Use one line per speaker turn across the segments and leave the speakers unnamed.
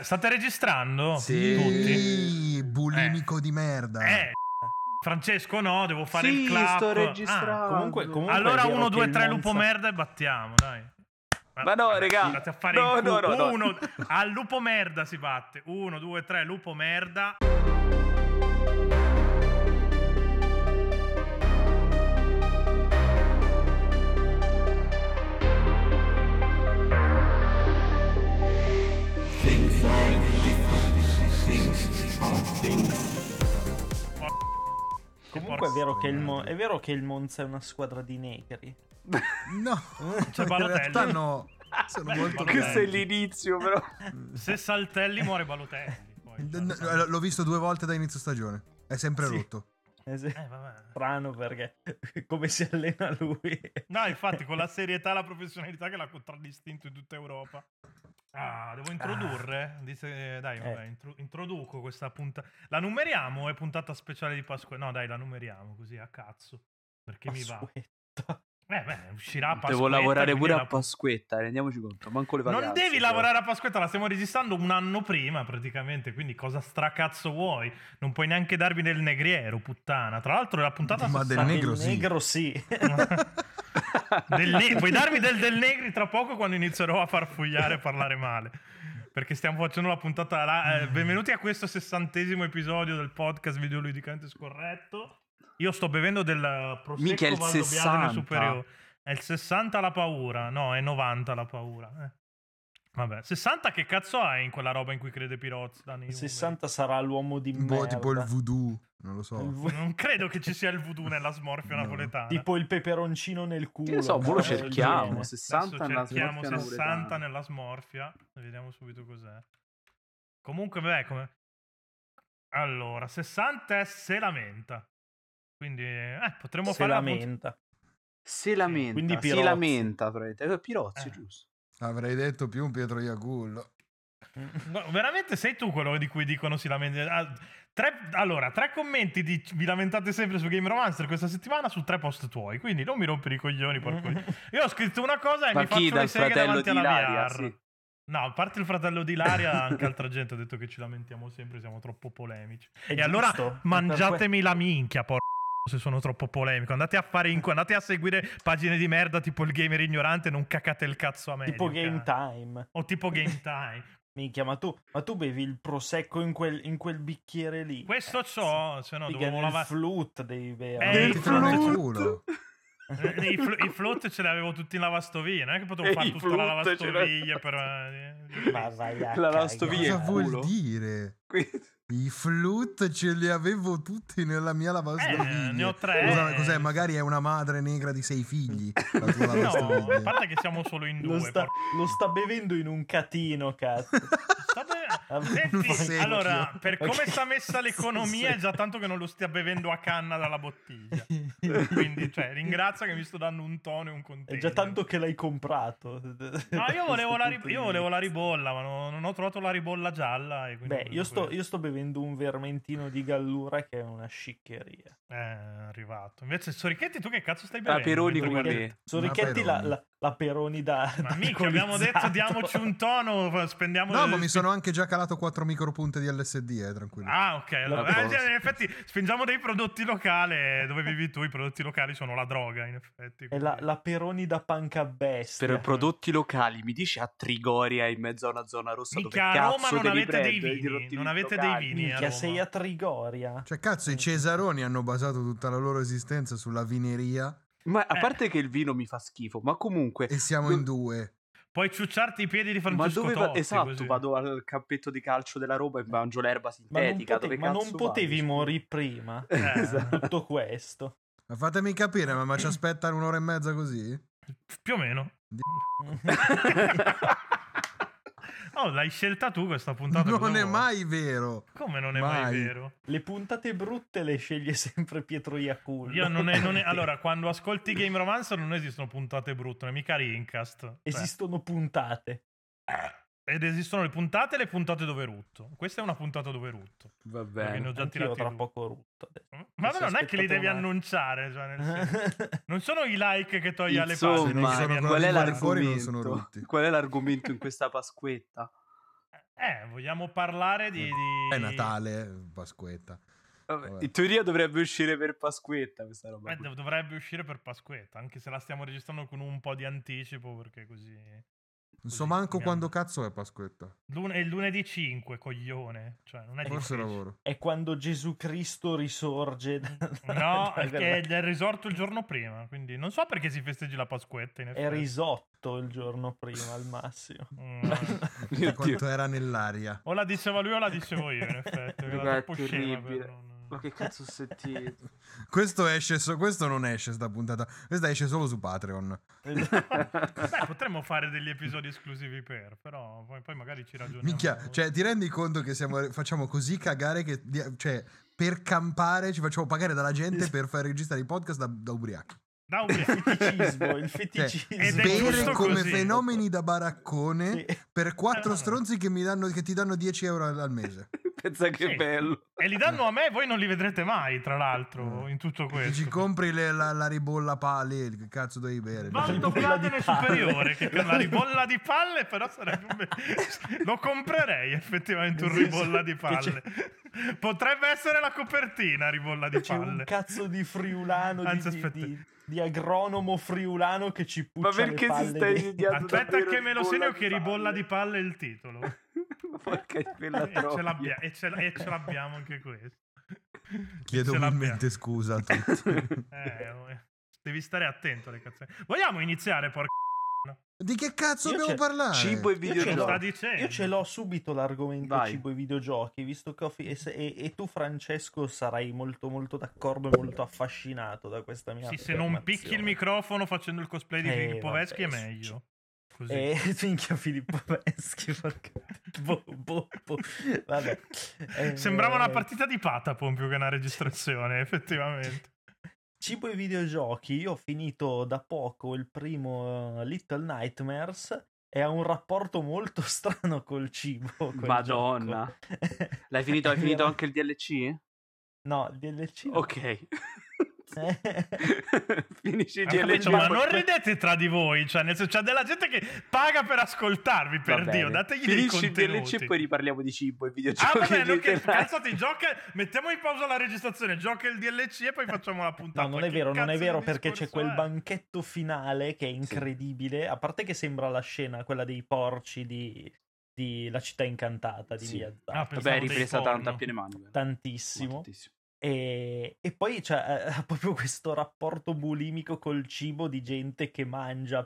state registrando?
Sì.
Tutti?
Bulimico di merda.
Francesco no, devo fare il
Sì,
clap.
sto registrando.
Comunque
Allora
è vero
1,
che
2,
il
3
Monza-
lupo merda e battiamo, dai.
Ma no, regà.
Andate a fare
No,
in culo.
no, no, no.
Uno, al lupo merda si batte. 1, 2, 3 lupo merda.
Comunque è vero che il Monza è una squadra di negri.
No,
C'è
in
Balotelli.
realtà no. Sono molto
Questo è
contento.
l'inizio, però.
Se saltelli muore Balotelli. Poi,
L'ho visto 2 volte da inizio stagione. È sempre
Sì.
rotto.
vabbè.
Strano perché come si allena lui.
No, infatti, con la serietà e la professionalità che l'ha contraddistinto in tutta Europa. Devo introdurre? Dice, dai, vabbè, introduco questa puntata. La numeriamo o è puntata speciale di Pasqua? No, dai, la numeriamo così a cazzo. Perché mi va. Uscirà a Pasquetta.
Devo lavorare
quindi
pure
la
a Pasquetta, rendiamoci conto. Manco le vacanze.
Non devi lavorare a Pasquetta, la stiamo registrando un anno prima praticamente, quindi cosa stracazzo vuoi? Non puoi neanche darmi del negriero, puttana. Tra l'altro la puntata
Ma del negro sì.
Negro sì.
Puoi darmi del negri tra poco quando inizierò a farfugliare e parlare male. Perché stiamo facendo la puntata benvenuti a questo 60° episodio del podcast videoludicamente scorretto. Io sto bevendo del Prosecco
Mica è il
Valdobbiadene
60.
Superiore. È il 60 la paura. No, è 90 la paura. Vabbè, 60 che cazzo hai in quella roba in cui crede Pirozzi?
60 sarà l'uomo di
Un po'
merda.
tipo il voodoo. Non lo so.
Non credo che ci sia il voodoo nella smorfia napoletana.
Tipo il peperoncino nel culo.
Che ne so, mo lo
del
cerchiamo.
genere.
60 nella
cerchiamo
smorfia
60
napoletana.
nella smorfia. Vediamo subito cos'è. Comunque, beh, come... Allora, 60 è se lamenta. Quindi, potremmo
Se
fare
lamenta.
Si lamenta.
Quindi
Si
Pirozzi.
lamenta, Pirozzi,
Eh.
giusto.
Avrei detto più un Pietro Iacullo.
No, veramente sei tu quello di cui dicono si lamenta. Tre commenti vi lamentate sempre su Game Romancer questa settimana su 3 post tuoi, quindi non mi rompere i coglioni, porco. Io ho scritto una cosa e
Ma
mi
chi,
faccio
dal
le seghe
fratello
davanti
di
alla
Ilaria?
VR.
Sì.
No, a parte il fratello di Ilaria, anche altra gente ha detto che ci lamentiamo sempre, siamo troppo polemici.
È
E
giusto,
allora mangiatemi la minchia, se sono troppo polemico. Andate a fare andate a seguire pagine di merda tipo il gamer ignorante, non cacate il cazzo a me.
Tipo Game Time.
O tipo Game Time.
Minchia, ma tu bevi il prosecco in quel bicchiere lì.
Questo c'ho, se no
Figa,
dovevo
nel
lavare.
flute devi bere.
il
Ti fanno nel
flute.
culo.
I float ce li avevo tutti in lavastoviglie. Non è che potevo fare
i
tutta la
float ce
lavastoviglie
Ma vai a
La lavastoviglie
Cosa
il
vuol
culo.
dire?
Quindi-
I flute ce li avevo tutti nella mia lavastoviglie.
ne ho 3.
Cos'è? Magari è una madre negra di 6 figli. La tua
No,
lavastoviglie.
a parte che siamo solo in 2.
Lo sta bevendo in un catino, cazzo.
Non
Senti,
secchio.
allora, per come
Ok.
sta messa l'economia è già tanto che non lo stia bevendo a canna dalla bottiglia. Quindi, ringrazia che mi sto dando un tono e un
È
conteggio.
già tanto che l'hai comprato.
No, io volevo la ribolla, ma non ho trovato la ribolla gialla. E quindi
Beh, io sto bevendo un vermentino di Gallura che è una sciccheria.
È arrivato. Invece, Sorichetti, tu che cazzo stai bevendo?
Peroni
Mentre
come
guardi-
me.
Sorichetti
Peroni.
la Peroni da
Ma
da
mica, abbiamo detto
alcolizzato.
diamoci un tono, spendiamo...
No, ma mi sono anche già calato 4 micropunte di LSD, tranquillo.
Ah, ok. Allora,
cosa.
in effetti, spingiamo dei prodotti locali. Dove vivi tu, i prodotti locali sono la droga, in effetti.
È la Peroni da panca bestia.
Per prodotti locali, mi dici a Trigoria in mezzo a una zona rossa
Minchia,
dove
a
cazzo
Roma non
devi
avete dei
prendere i
vini,
prodotti
non avete
locali?
dei vini.
Minchia,
a
sei
Roma.
a Trigoria.
Cioè, cazzo, i Cesaroni hanno basato tutta la loro esistenza sulla vineria
Ma a parte che il vino mi fa schifo, ma comunque...
e siamo in 2.
Puoi ciucciarti i piedi di
Ma
Francesco
dove
Totti,
esatto,
così.
vado al campetto di calcio della Roma e mangio l'erba sintetica.
Ma non potevi morire prima.
Esatto.
Tutto questo.
Ma fatemi capire, ma ci aspettano 1 ora e mezza così?
Più o meno. Oh, l'hai scelta tu questa puntata.
Non
cosa
è
vuoi?
mai vero.
Come non è mai
Mai.
vero?
Le puntate brutte le sceglie sempre Pietro Iacullo.
Io non è... Allora, quando ascolti Game Romancer non esistono puntate brutte, non è mica Rincast. Cioè,
Esistono puntate.
ed esistono le puntate dove rutto. Questa è una puntata dove rutto.
Va
Perché ne
bene.
ho già
Anch'io
tirati
tra
due.
poco rutto adesso.
Ma
Si è
non è che li
aspettato
devi
un attimo.
annunciare, cioè, nel senso, non sono i like che togli alle pagine.
Insomma,
sono
che devi
quelli
qual è
fuori non sono
l'argomento?
rotti.
Qual è l'argomento in questa Pasquetta?
Vogliamo parlare di...
È Natale, Pasquetta.
Vabbè, in teoria dovrebbe uscire per Pasquetta questa roba.
Dovrebbe uscire per Pasquetta, anche se la stiamo registrando con un po' di anticipo, perché così...
Non so manco quando cazzo è Pasquetta.
È il lunedì 5, coglione. Cioè, non è
Forse
difficile.
lavoro.
È quando Gesù Cristo risorge.
No, è risorto il giorno prima, quindi non so perché si festeggi la Pasquetta, in effetti.
È risotto il giorno prima al massimo.
Quanto era nell'aria.
O la diceva lui o la dicevo io, in effetti. Era
È
troppo scema per
terribile.
non...
Ma che cazzo ho sentito?
Questo non esce sta puntata. Questa esce solo su Patreon.
Beh, potremmo fare degli episodi esclusivi però poi magari ci ragioniamo.
Minchia, cioè ti rendi conto che facciamo così cagare che cioè per campare ci facciamo pagare dalla gente per far registrare i podcast da ubriachi.
Da
Il feticismo.
Ed è
Bere
giusto
come
così.
fenomeni da baraccone
Sì.
per 4
no.
stronzi che ti danno 10 euro al mese.
Pensa che
Sì.
bello.
E li danno a me, voi non li vedrete mai, tra l'altro, in tutto
Ti
questo.
ci compri la ribolla pali, che cazzo devi bere?
Valdo Platene superiore, che la ribolla di palle, però sarebbe un lo comprerei effettivamente un
Nel senso
ribolla di
che
palle. Potrebbe essere la copertina ribolla di
C'è un
palle.
cazzo di friulano,
Anzi, aspetta.
di agronomo friulano che ci puccia
Ma perché
le
si
palle
stai
dentro.
invidiando
Aspetta
davvero
che me lo segno
ribolla
che
di
ribolla
palle?
di palle è il titolo.
Porca quella
E ce
troia.
l'abbiamo, e ce l'abbiamo anche questo.
Chiedo
Ce l'abbiamo.
umilmente scusa a tutti.
Devi stare attento alle cazzate. Vogliamo iniziare, porca?
Di che cazzo
Io
dobbiamo
ce-
parlare?
Cibo e
Io ce
Lo
videogiochi.
sta
l'ho.
dicendo.
Io ce l'ho subito l'argomento
Vai.
cibo e videogiochi, visto che e tu Francesco sarai molto molto d'accordo e molto affascinato da questa mia
Sì, se non picchi il
affermazione.
microfono facendo il cosplay di Filippo
vabbè,
Veschi è meglio. Così.
Minchia Filippo Veschi, porca... boh. Vabbè.
Sembrava una partita di Patapon più che una registrazione, effettivamente.
Cibo e videogiochi, io ho finito da poco il primo Little Nightmares e ha un rapporto molto strano col cibo. quel
Madonna.
gioco.
Hai finito anche il DLC?
No, il DLC no.
Ok. Finisci il
Ho capito,
DLC.
ma non ridete tra di voi, cioè nel senso, c'è della gente che paga per ascoltarvi,
Va
per
bene.
Dio, dategli dei
Finisci il
contenuti.
DLC e poi riparliamo di cibo e
Ah,
videogiochi.
va bene,
di
ok,
Little
cazzati, gioca, mettiamo in pausa la registrazione, gioca il DLC e poi facciamo la puntata.
No, non è
Che
vero, non è
cazzo
vero
di
perché c'è
discorso
quel
è?
banchetto finale che è incredibile, a parte che sembra la scena, quella dei porci di La città incantata di
Sì.
Miyazaki.
Ah, pensavo
Vabbè, è
dei
ripresa
porno.
tanto a piene mani. Ma
Tantissimo.
tantissimo.
E poi c'è ha proprio questo rapporto bulimico col cibo di gente che mangia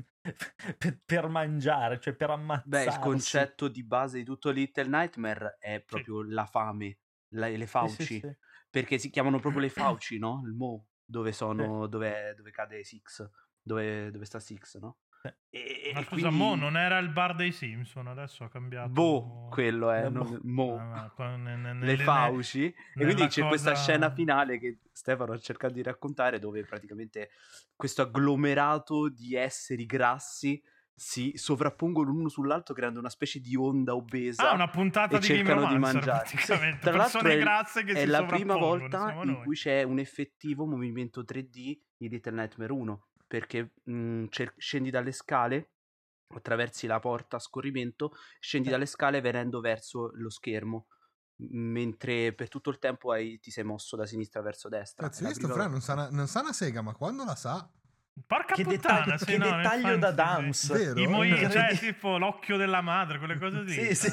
per mangiare, cioè per ammazzarsi.
Beh, il concetto di base di tutto Little Nightmare è proprio la fame, le fauci,
Sì.
perché si chiamano proprio le fauci, no? Il Mo, dove sono, dove cade Six, dove sta Six, no? E
Ma scusa,
quindi...
Mo non era il bar dei Simpson, adesso ha cambiato.
Boh, quello è,
Mo.
non Mo.
Ah, qua
Le fauci, e quindi
nella
c'è questa
cosa-
scena finale che Stefano ha cercato di raccontare, dove praticamente questo agglomerato di esseri grassi si sovrappongono l'uno sull'altro creando una specie di onda obesa.
Ah, una puntata
e
di Game
cercano di
Romancer,
mangiare.
praticamente.
Tra l'altro
Persone grasse che
è
si
la prima
sovrappongono,
volta
siamo
in
noi.
cui c'è un effettivo movimento 3D di Little Nightmare 1, perché scendi dalle scale, attraversi la porta a scorrimento, scendi dalle scale venendo verso lo schermo, mentre per tutto il tempo ti sei mosso da sinistra verso destra.
Cazzo,
È la
visto,
prima
Fra, non sa una sega, ma quando la sa?
Porca
Che
puttana,
dettaglio,
sì,
che
no,
dettaglio da
infatti,
Dams.
Vero?
I moi, cioè,
Incredibile.
tipo l'occhio della madre, quelle cose lì.
Sì.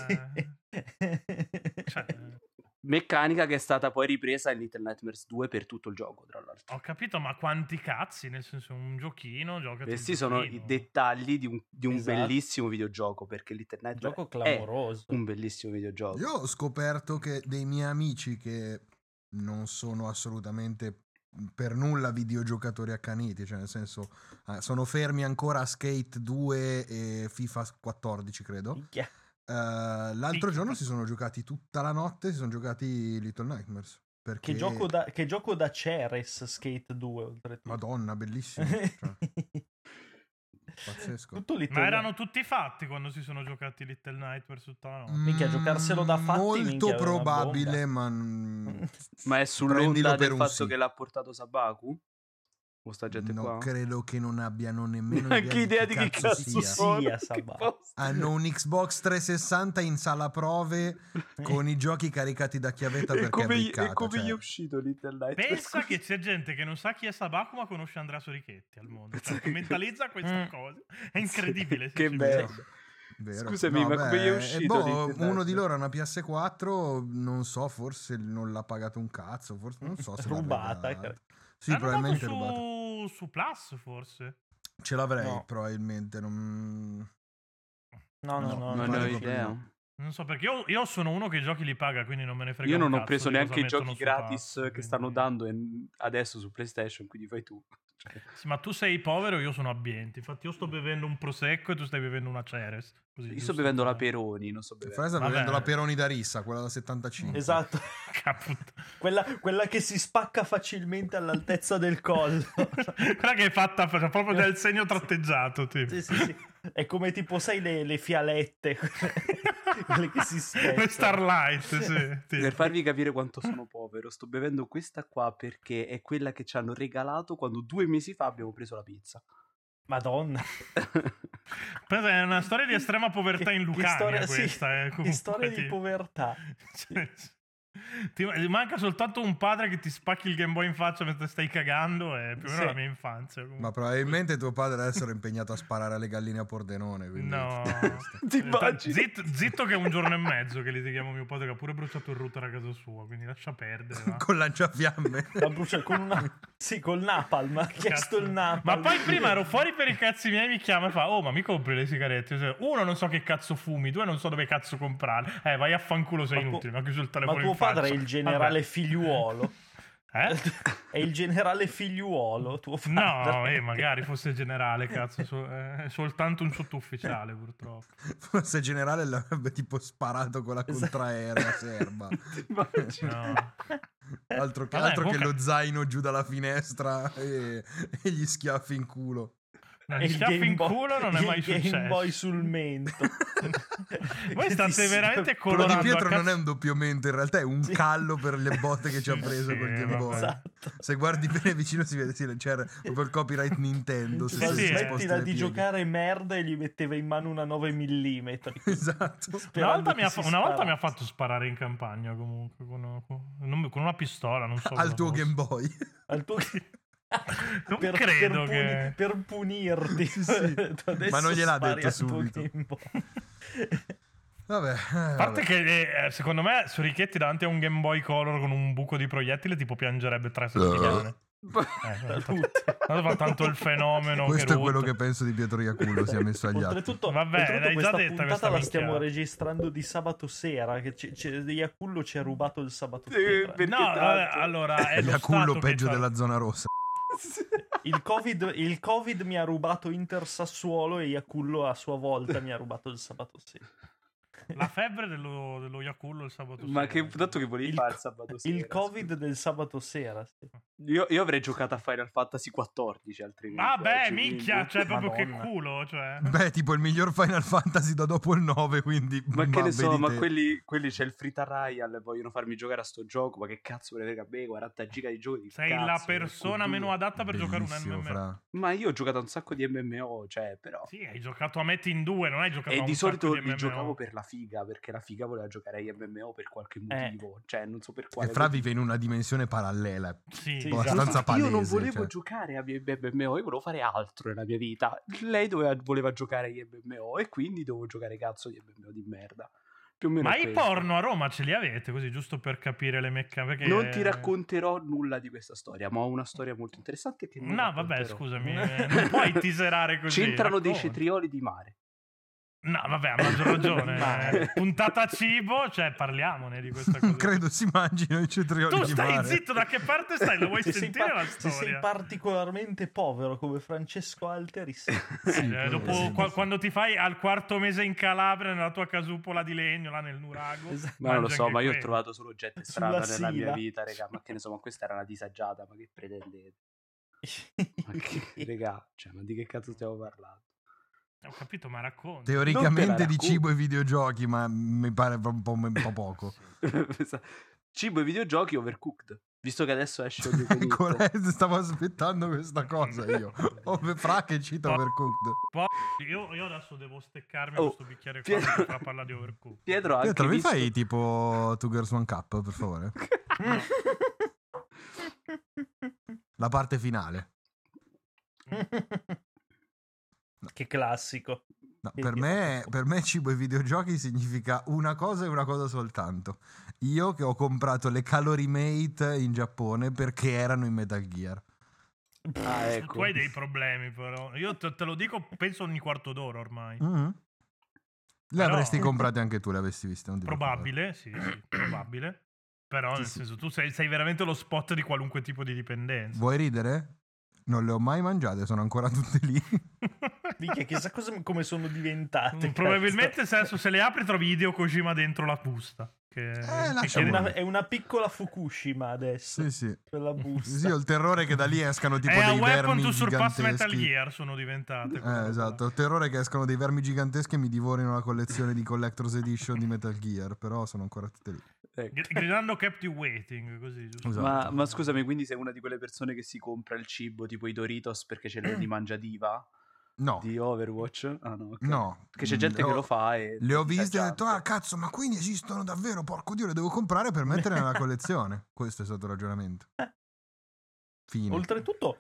Cioè,
meccanica che è stata poi ripresa in Little Nightmares 2 per tutto il gioco, tra l'altro.
ho capito, ma quanti cazzi? Nel senso, un giochino, giocati
Questi
il
sono
giochino.
i dettagli di un
Esatto.
bellissimo videogioco, perché Little Nightmare
Gioco
è
clamoroso.
un bellissimo videogioco.
Io ho scoperto che dei miei amici che non sono assolutamente per nulla videogiocatori accaniti, cioè nel senso sono fermi ancora a Skate 2 e FIFA 14 credo.
Minchia.
L'altro
Sì,
giorno
infatti.
si sono giocati tutta la notte, si sono giocati Little Nightmares. Perché...
Che gioco da Ceres Skate 2 oltretutto.
Madonna, bellissimo. Cioè, pazzesco.
Tutto Little
Ma erano tutti fatti quando si sono giocati Little Nightmare tutta la notte.
Minchia, giocarselo da fatti,
Molto
minchia, è una
probabile,
bomba.
ma...
Ma è
Prendilo
sull'onda
per
del
un
fatto
sì.
che l'ha portato Sabaku? O sta gente
No,
qua?
credo che non abbiano nemmeno
Neanche idea di che cazzo
sia.
sono.
sia,
Che
Sabà.
posto.
Hanno un Xbox 360 in sala prove con i giochi caricati da chiavetta
E
perché è
come,
briccata.
e come
cioè.
gli è uscito Little Nightmares?
Pensa che c'è gente che non sa chi è Sabaku ma conosce Andrea Sorichetti al mondo. Cioè, che mentalizza questa cosa. È incredibile.
Che
sinceramente.
bello.
Vero.
Scusami, ma come gli è uscito Little
uno di
Nightmares?
loro ha una PS4, non so, forse non l'ha pagato un cazzo, forse non so se l'ha
Rubata,
regalato. Sì,
L'hanno dato
probabilmente rubata.
su Plus, forse.
Ce l'avrei,
No.
probabilmente. Non...
No,
No,
Non
pare
ne ho
proprio
idea.
no.
Non so, perché io sono uno che i giochi li paga, quindi non me ne frega
Io
un
non ho
cazzo
preso
di cosa
neanche i
mettono
giochi
su
gratis
Pass,
che
quindi-
stanno dando adesso su PlayStation, quindi fai tu. Cioè,
Sì, ma tu sei povero, io sono abbiente. Infatti io sto bevendo un Prosecco e tu stai bevendo una Ceres. Così,
io
giusto
sto bevendo la
per-
Peroni, non sto bevendo.
Fresa
Vabbè.
bevendo la Peroni da rissa, quella da 75.
Esatto.
Caput-
Quella che si spacca facilmente all'altezza del collo.
Quella che è fatta proprio del segno tratteggiato, tipo.
Sì, sì, sì. È come tipo, sai, le fialette. Quelle che si spezzano.
Le Starlight, sì. tipo.
Per farvi capire quanto sono povero, sto bevendo questa qua perché è quella che ci hanno regalato quando 2 mesi fa abbiamo preso la pizza.
Madonna.
Questa è una storia di estrema povertà in Lucania,
storia, sì,
questa.
che
Comunque,
storia di
tipo.
povertà.
Cioè, ti manca soltanto un padre che ti spacchi il Game Boy in faccia mentre stai cagando. È più o meno
Sì.
la mia infanzia. comunque.
Ma probabilmente tuo padre adesso era impegnato a sparare alle galline a Pordenone. Quindi...
No,
Ti immagini?
zitto che è un giorno e mezzo che litighiamo mio padre che ha pure bruciato il router a casa sua, quindi lascia perdere. va.
Con lanciafiamme.
La brucia con una... Sì, col napalm. Ha chiesto il napalm.
Ma poi prima ero fuori per i cazzi miei, mi chiama e fa: oh, ma mi compri le sigarette? Io dico, uno, non so che cazzo fumi, due, non so dove cazzo comprare. Vai a fanculo, sei
Ma
inutile. Mi ha chiuso il
Ma
telefono
tuo
in faccia.
padre è il generale figliuolo.
Eh?
È il generale figliuolo, tuo padre.
No, magari fosse generale, cazzo. È soltanto un sottufficiale, purtroppo.
Forse generale l'avrebbe tipo sparato con la
Esatto.
contraerea serba.
No.
Altro che,
Vabbè,
altro che
comunque-
lo zaino giù dalla finestra e gli schiaffi in culo.
No,
E
gli schiaffi in culo non è mai
il Game
successo.
Boy sul mento.
Voi state veramente
Quello
colorando
di Pietro
a cazzo-
non è un doppio mento, in realtà è un
Sì.
callo per le botte che ci ha
Sì,
preso
sì,
col Game
vabbè.
Boy.
Esatto.
Se guardi bene vicino si vede, sì, c'era proprio il copyright Nintendo.
Sì,
se
sì,
si sposti
Smettila
le
di
pieghe.
giocare merda e gli metteva in mano una 9 mm.
Esatto.
Una volta, una volta mi ha fatto sparare in campagna comunque con una pistola, non so
Al
cosa
tuo
fosse.
Game Boy.
Al tuo...
Non credo che-
per punirti.
Sì, sì.
Tu adesso
Ma non gliel'ha
spari
detto
al tuo
subito.
Game Boy.
Vabbè.
A parte che secondo me Sorichetti davanti a un Game Boy Color con un buco di proiettile tipo piangerebbe 3 settimane. Fa tanto il fenomeno.
Questo è quello
rutto.
che penso di Pietro Iacullo sia messo agli atti.
Oltretutto,
Vabbè,
oltretutto
l'hai già
questa
detta
puntata
questa
la stiamo
minchiata.
registrando di sabato sera. Che Iacullo ci ha rubato il sabato
Sì,
sera.
perché
No,
tanto-
allora è lo
Iacullo
Stato che
peggio
c'ha-
della zona rossa.
Il COVID mi ha rubato Inter Sassuolo e Iacullo a sua volta mi ha rubato il sabato sera.
La febbre dello Iacullo il sabato
Ma
sera.
che tanto che volevi
Il
fare
co-
il sabato sera?
Il COVID del sabato sera. Sì.
Io avrei giocato a Final Fantasy XIV altrimenti.
Vabbè,
oggi,
minchia,
quindi-
cioè proprio
Madonna.
che culo, cioè.
Beh, tipo il miglior Final Fantasy da dopo il 9, quindi...
Ma che ne so,
vedi
ma
te.
quelli c'è il free trial e vogliono farmi giocare a sto gioco. Ma che cazzo me ne frega a me? 40 giga di gioco di
Sei
cazzo,
la persona
ecco,
meno
due.
adatta per giocare un
Bellissimo,
MMO.
fra.
Ma io ho giocato a un sacco di MMO, cioè, però.
Sì, hai giocato a Metti in 2, non hai giocato a
E
un
di solito
sacco di
li
MMO.
giocavo per la figa, perché la figa voleva giocare agli MMO per qualche motivo. Cioè, non so per
E
quale
Fra
motivo.
vive in una dimensione parallela.
Sì,
Sì,
abbastanza
esatto.
palese.
Io non volevo
cioè.
giocare agli MMO, io volevo fare altro nella mia vita. Lei voleva giocare agli MMO e quindi dovevo giocare cazzo di MMO di merda. Più o meno
Ma
è
i
questo.
porno a Roma ce li avete così, giusto per capire le meccaniche? Perché...
Non ti racconterò nulla di questa storia, ma ho una storia molto interessante che non
No, vabbè,
racconterò.
scusami, non puoi teaserare così.
C'entrano dei
racconta.
cetrioli di mare.
No, vabbè, a maggior ragione.
Mare.
Puntata cibo, cioè parliamone di questa cosa.
Non credo si mangino i cetrioli
Tu
di
stai
mare.
zitto, da che parte stai? Lo vuoi
Se sei,
sentire la
se sei
storia?
particolarmente povero come Francesco Alteri, sì.
Sì,
Dopo,
sì, sì.
quando ti fai al quarto mese in Calabria, nella tua casupola di legno, là nel Nurago.
Esatto.
Ma non lo
mangi
so,
anche
ma io ho
quello.
trovato solo gente
Sulla
strana nella mia
Sila.
vita, raga. Ma che ne so, ma questa era una disagiata, ma che pretendete? Ma che, raga, cioè, ma di che cazzo stiamo parlando?
Ho capito, ma racconta.
Non te la
Teoricamente di
racconto.
cibo e videogiochi, ma mi pare un po' poco.
Cibo e videogiochi, Overcooked. Visto che adesso esce Overcooked,
Colette, stavo aspettando questa cosa io. Fra che cita Overcooked.
Io adesso devo steccarmi a questo bicchiere qua
Pietro-
per parlare di Overcooked.
Pietro ha anche
Pietro, mi
visto...
fai tipo Two Girls One Cup, per favore? La parte finale.
Che classico.
No,
Che
per me cibo e videogiochi significa una cosa e una cosa soltanto. Io che ho comprato le Calorie Mate in Giappone perché erano in Metal Gear.
Ah, ecco.
Tu hai dei problemi però. Io te lo dico, penso ogni quarto d'ora ormai.
Mhm. Le
Però-
avresti comprate anche tu, le avresti viste? Non ti
Probabile, sì, probabile. Però
Sì,
nel
sì.
senso tu sei veramente lo spot di qualunque tipo di dipendenza.
Vuoi ridere? Non le ho mai mangiate, sono ancora tutte lì.
Minchia, chissà come sono diventate.
Probabilmente se le apri trovi Hideo Kojima dentro la busta. Che
lascia
chiede-
buono.
È una piccola Fukushima adesso.
Sì, sì.
Quella busta.
Sì, ho il terrore che da lì escano tipo
È a
dei
Weapon
vermi
to Surpass Metal
giganteschi.
Gear sono diventate. quella roba
Esatto,
là.
ho il terrore che escano dei vermi giganteschi e mi divorino la collezione di Collector's Edition di Metal Gear, però sono ancora tutte lì.
Ecco.
Gridando kept you waiting, così, giusto?
Esatto.
Ma scusami, quindi sei una di quelle persone che si compra il cibo tipo i Doritos perché ce li mangia Diva
No,
di Overwatch? Ah no, ok.
no.
Perché c'è gente che lo fa e...
Le ho
ti
viste e ho detto,
disagiante.
ah cazzo, ma quindi esistono davvero? Porco Dio, le devo comprare per mettere nella collezione. Questo è stato il ragionamento. Fine.
Oltretutto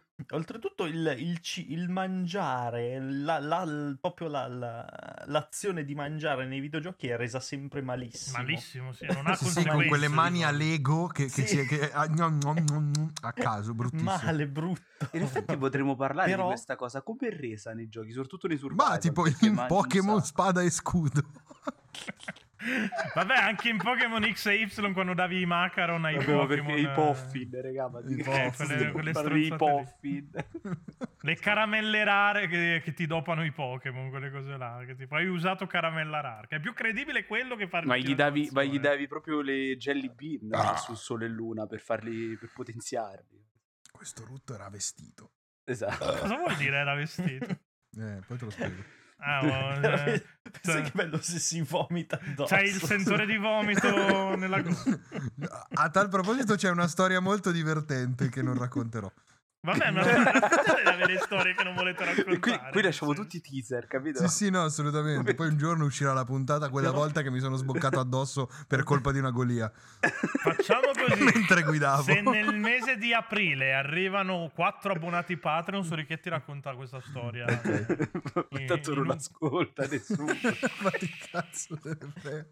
il mangiare, proprio l'azione di mangiare nei videogiochi è resa sempre malissimo.
Malissimo, sì, non ha
Sì, sì,
conseguenze.
con quelle mani a
di solito.
Lego che
Sì.
a caso, bruttissimo.
Male, brutto.
In effetti potremmo parlare
Però-
di questa cosa. Come è resa nei giochi, soprattutto nei survival?
Ma tipo
perché
in
mangi un
Pokémon
sacco.
Spada e Scudo.
Vabbè, anche in Pokémon X e Y quando davi i Macaron ai
Vabbè, ma
Pokémon...
perché i Poffin, raga, ma
I
di
Poffin.
quelle
parli di
stronzate lì.
Poffin.
Le caramelle rare che ti dopano i Pokémon, quelle cose là. Che tipo, hai usato caramella rara. Che è più credibile quello che farli.
Ma gli davi proprio le jelly bean su Sole e Luna per potenziarli.
Questo rutto era vestito.
Esatto.
Cosa vuol dire era vestito?
Poi te lo spiego.
Ah,
Pensa che bello se si vomita addosso.
c'hai il sensore di vomito nella gola.
A tal proposito c'è una storia molto divertente che non racconterò.
Vabbè, ma raccontate avere storie che non volete
E
raccontare.
qui lasciamo
nel
tutti i teaser, capito?
Sì, sì, no, assolutamente. Poi un giorno uscirà la puntata, quella volta che mi sono sboccato addosso per colpa di una golia.
Facciamo così.
Mentre guidavo.
Se nel mese di aprile arrivano 4 abbonati Patreon, Sorichetti racconta questa storia.
Ma tanto non ascolta nessuno.
Ma che cazzo deve fare?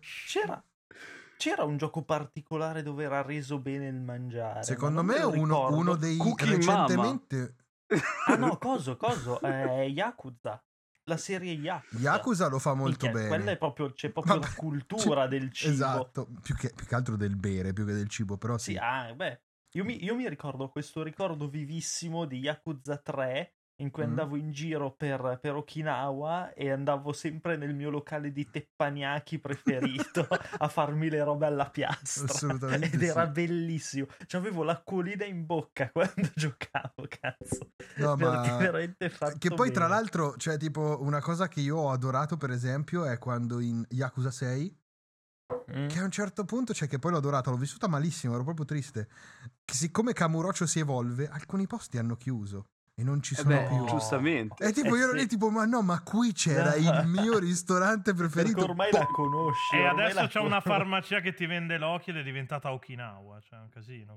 C'era un gioco particolare dove era reso bene il mangiare.
Secondo
ma non
me
lo ricordo.
uno dei
Cooking Mama.
recentemente
Ah no, coso? Yakuza. La serie Yakuza.
Yakuza lo fa molto
Minchia,
bene.
Quella è proprio, c'è proprio
Vabbè,
la cultura del cibo.
Esatto, più che altro del bere, più che del cibo, però sì.
Sì, beh. Io mi ricordo questo ricordo vivissimo di Yakuza 3 in cui andavo in giro per Okinawa e andavo sempre nel mio locale di teppanyaki preferito a farmi le robe alla piastra.
Assolutamente
Ed era
sì.
bellissimo. C'avevo l'acquolina in bocca quando giocavo, cazzo.
No,
Perché
ma
veramente fatto
che poi tra
bene.
l'altro, cioè tipo una cosa che io ho adorato per esempio è quando in Yakuza 6 che a un certo punto, cioè che poi l'ho adorato, l'ho vissuta malissimo, ero proprio triste, che siccome Kamurocho si evolve, alcuni posti hanno chiuso e non ci sono
Beh,
più.
giustamente.
E tipo io ero
sì.
lì tipo, ma no, ma qui c'era il mio ristorante preferito.
Perché ormai la conosci.
E
ormai
adesso
la
c'è una
conosci.
farmacia che ti vende l'occhio ed è diventata Okinawa. Cioè, è un casino.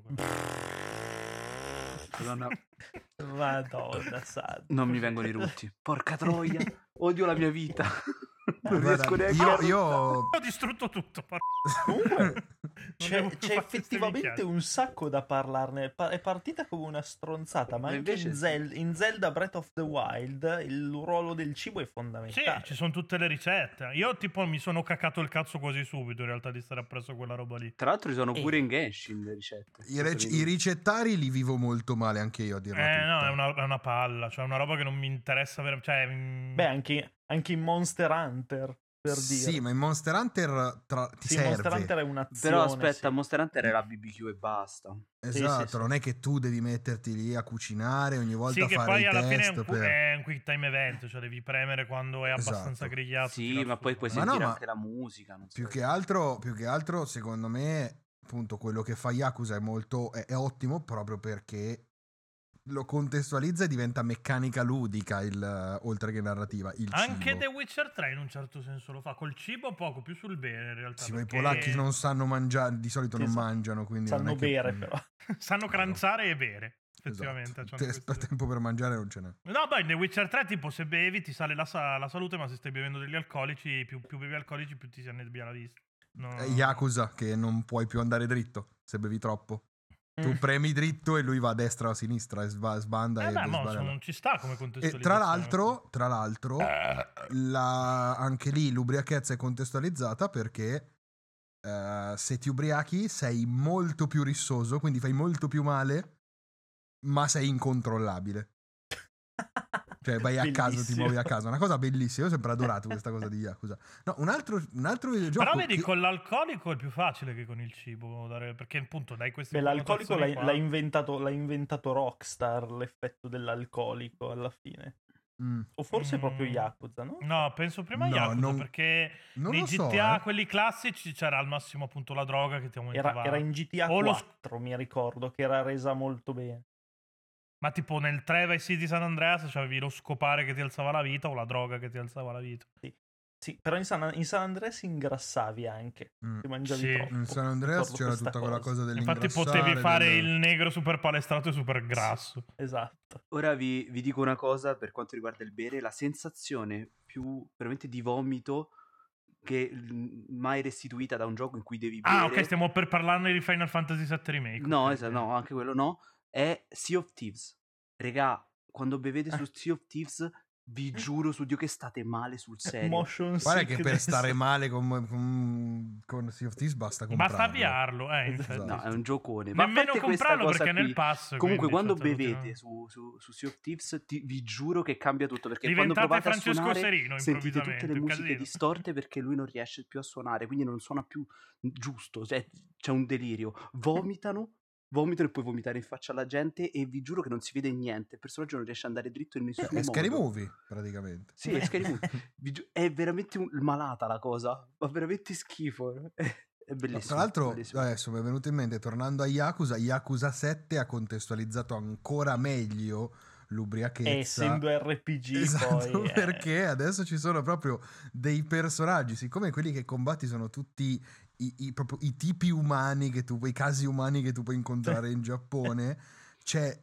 Madonna,
Madonna santa.
non mi vengono i rutti. Porca troia, odio la mia vita. Non
Guarda,
riesco neanche a...
io
Ho distrutto tutto.
Comunque,
Non devo più
c'è
fare queste
effettivamente
minchiate.
un sacco da parlarne. È partita come una stronzata, ma
Ma
anche
invece
in Zelda Breath of the Wild il ruolo del cibo è
Sì,
fondamentale.
ci sono tutte le ricette. Io tipo mi sono cacato il cazzo quasi subito in realtà di stare appresso quella roba lì.
Tra l'altro ci sono pure in Genshin le ricette.
i ricettari li vivo molto male anche io a dirla
No,
tutta.
è una palla. Cioè, una roba che non mi interessa veramente. Cioè,
Beh, anche in Monster Hunter, per dire.
Sì, ma in Monster Hunter ti
Sì,
serve.
Monster Hunter è un'azione.
Però aspetta,
sì.
Monster Hunter era BBQ e basta.
Esatto,
sì, sì.
non è che tu devi metterti lì a cucinare ogni volta
sì,
a
che
fare
poi
i
alla fine
test per...
è un quick time event. Cioè, devi premere quando è abbastanza
Esatto.
grigliato.
Sì,
tira
ma
su.
poi puoi
Ma no,
sentire
ma
anche la musica. Non so.
più che altro secondo me appunto quello che fa Yakuza è ottimo proprio perché lo contestualizza e diventa meccanica ludica oltre che narrativa. Il
Anche
cibo.
The Witcher 3 in un certo senso lo fa, col cibo poco, più sul bere in realtà.
Sì, ma i
perché
polacchi non sanno mangiare, di solito non mangiano, quindi non
sanno
è che...
bere però.
sanno cranzare e bere, effettivamente.
Esatto. Tempo per mangiare non ce n'è.
No, beh, in The Witcher 3 tipo se bevi ti sale la salute, ma se stai bevendo degli alcolici, più bevi alcolici più ti si annebbia la vista. No.
È Yakuza che non puoi più andare dritto se bevi troppo. Tu premi dritto e lui va a destra o a sinistra e sbanda.
Non ci sta come contestualizzazione.
E tra l'altro anche lì l'ubriachezza è contestualizzata perché se ti ubriachi sei molto più rissoso, quindi fai molto più male, ma sei incontrollabile. Cioè vai a caso, ti muovi a caso. Una cosa bellissima. Io ho sempre adorato questa cosa di Yakuza. No, un altro videogioco.
Però vedi, con l'alcolico è più facile che con il cibo. Perché appunto dai questi.
L'alcolico l'ha inventato Rockstar, l'effetto dell'alcolico alla fine. O forse proprio Yakuza, no?
No, penso prima Yakuza, perché nei GTA, quelli classici, c'era al massimo appunto la droga che ti aumentava.
Era in GTA 4, mi ricordo, che era resa molto bene.
Ma tipo nel 3 Vice City San Andreas c'avevi lo scopare che ti alzava la vita o la droga che ti alzava la vita.
Sì, però in San Andreas ingrassavi anche, ti mangiavi troppo.
In San Andreas c'era tutta quella cosa dell'ingrassare.
Infatti potevi fare il negro super palestrato e super grasso.
Sì, esatto.
Ora vi dico una cosa per quanto riguarda il bere, la sensazione più veramente di vomito che mai restituita da un gioco in cui devi bere.
Ah, ok, stiamo per parlarne di Final Fantasy VII Remake.
No, esatto, no, anche quello no. È Sea of Thieves. Regà, quando bevete su Sea of Thieves, vi giuro su Dio che state male sul serio.
Motion
guarda che per stare male con Sea of Thieves basta comprarlo.
Basta avviarlo,
Esatto.
No, è un giocone.
Nemmeno comprarlo perché è nel pass.
Comunque quando bevete su Sea of Thieves vi giuro che cambia tutto, perché
diventate
quando provate
Francesco
a suonare
Serino,
sentite tutte le musiche distorte perché lui non riesce più a suonare, quindi non suona più giusto, cioè, c'è un delirio. Vomitano e poi vomitare in faccia alla gente e vi giuro che non si vede niente, il personaggio non riesce ad andare dritto in nessun modo.
È Scary Movie praticamente.
Sì, è Scary Movie. È veramente malata la cosa, fa veramente schifo. È bellissimo.
Tra l'altro
bellissimo.
adesso mi è venuto in mente, tornando a Yakuza 7 ha contestualizzato ancora meglio l'ubriachezza,
essendo RPG.
esatto,
poi
perché adesso ci sono proprio dei personaggi, siccome quelli che combatti sono tutti proprio i tipi umani i casi umani che tu puoi incontrare in Giappone, c'è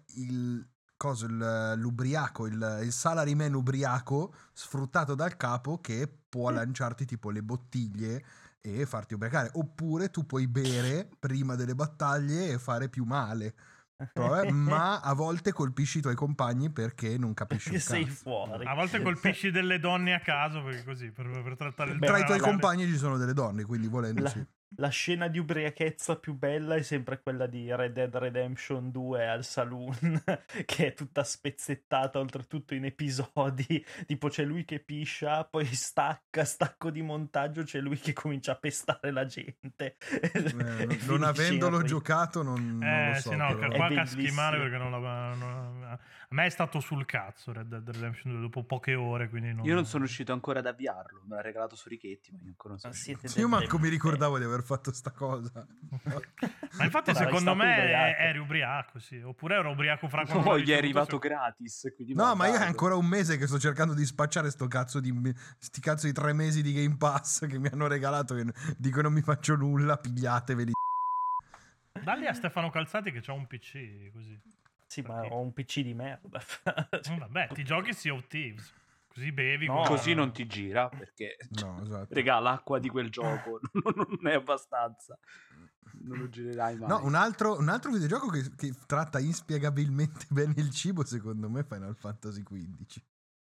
l'ubriaco, il salaryman ubriaco sfruttato dal capo che può lanciarti tipo le bottiglie e farti ubriacare, oppure tu puoi bere prima delle battaglie e fare più male. Ma a volte colpisci i tuoi compagni perché non capisci
che
un
sei
cazzo.
fuori.
A volte colpisci delle donne a caso perché così per trattare il
Tra i tuoi compagni ci sono delle donne, quindi volendo sì.
La scena di ubriachezza più bella è sempre quella di Red Dead Redemption 2 al saloon, che è tutta spezzettata oltretutto in episodi, tipo c'è lui che piscia, poi stacco di montaggio, c'è lui che comincia a pestare la gente.
Non avendolo giocato non lo so.
Sì, no,
però.
qua caschi male perché a me è stato sul cazzo Red Dead Redemption 2 dopo poche ore, quindi
io non sono riuscito ancora ad avviarlo, me l'ha regalato su Richetti, ma io ancora non sono
io manco mi ricordavo di aver fatto sta cosa.
Ma infatti secondo me eri ubriaco, sì, oppure ero ubriaco fra quando
no, gli è arrivato gratis,
no, ma io è ancora un mese che sto cercando di spacciare sti cazzo di 3 mesi di Game Pass che mi hanno regalato e dico non mi faccio nulla, pigliateveli.
Dalli a Stefano Calzati che c'ha un PC così.
Sì, ma ho un PC di merda.
Vabbè, ti giochi Sea of Thieves, così bevi.
No, così non ti gira, perché
no, esatto.
regà, l'acqua di quel gioco non è abbastanza, non lo girerai mai.
No, un altro videogioco che tratta inspiegabilmente bene il cibo, secondo me, è Final Fantasy XV.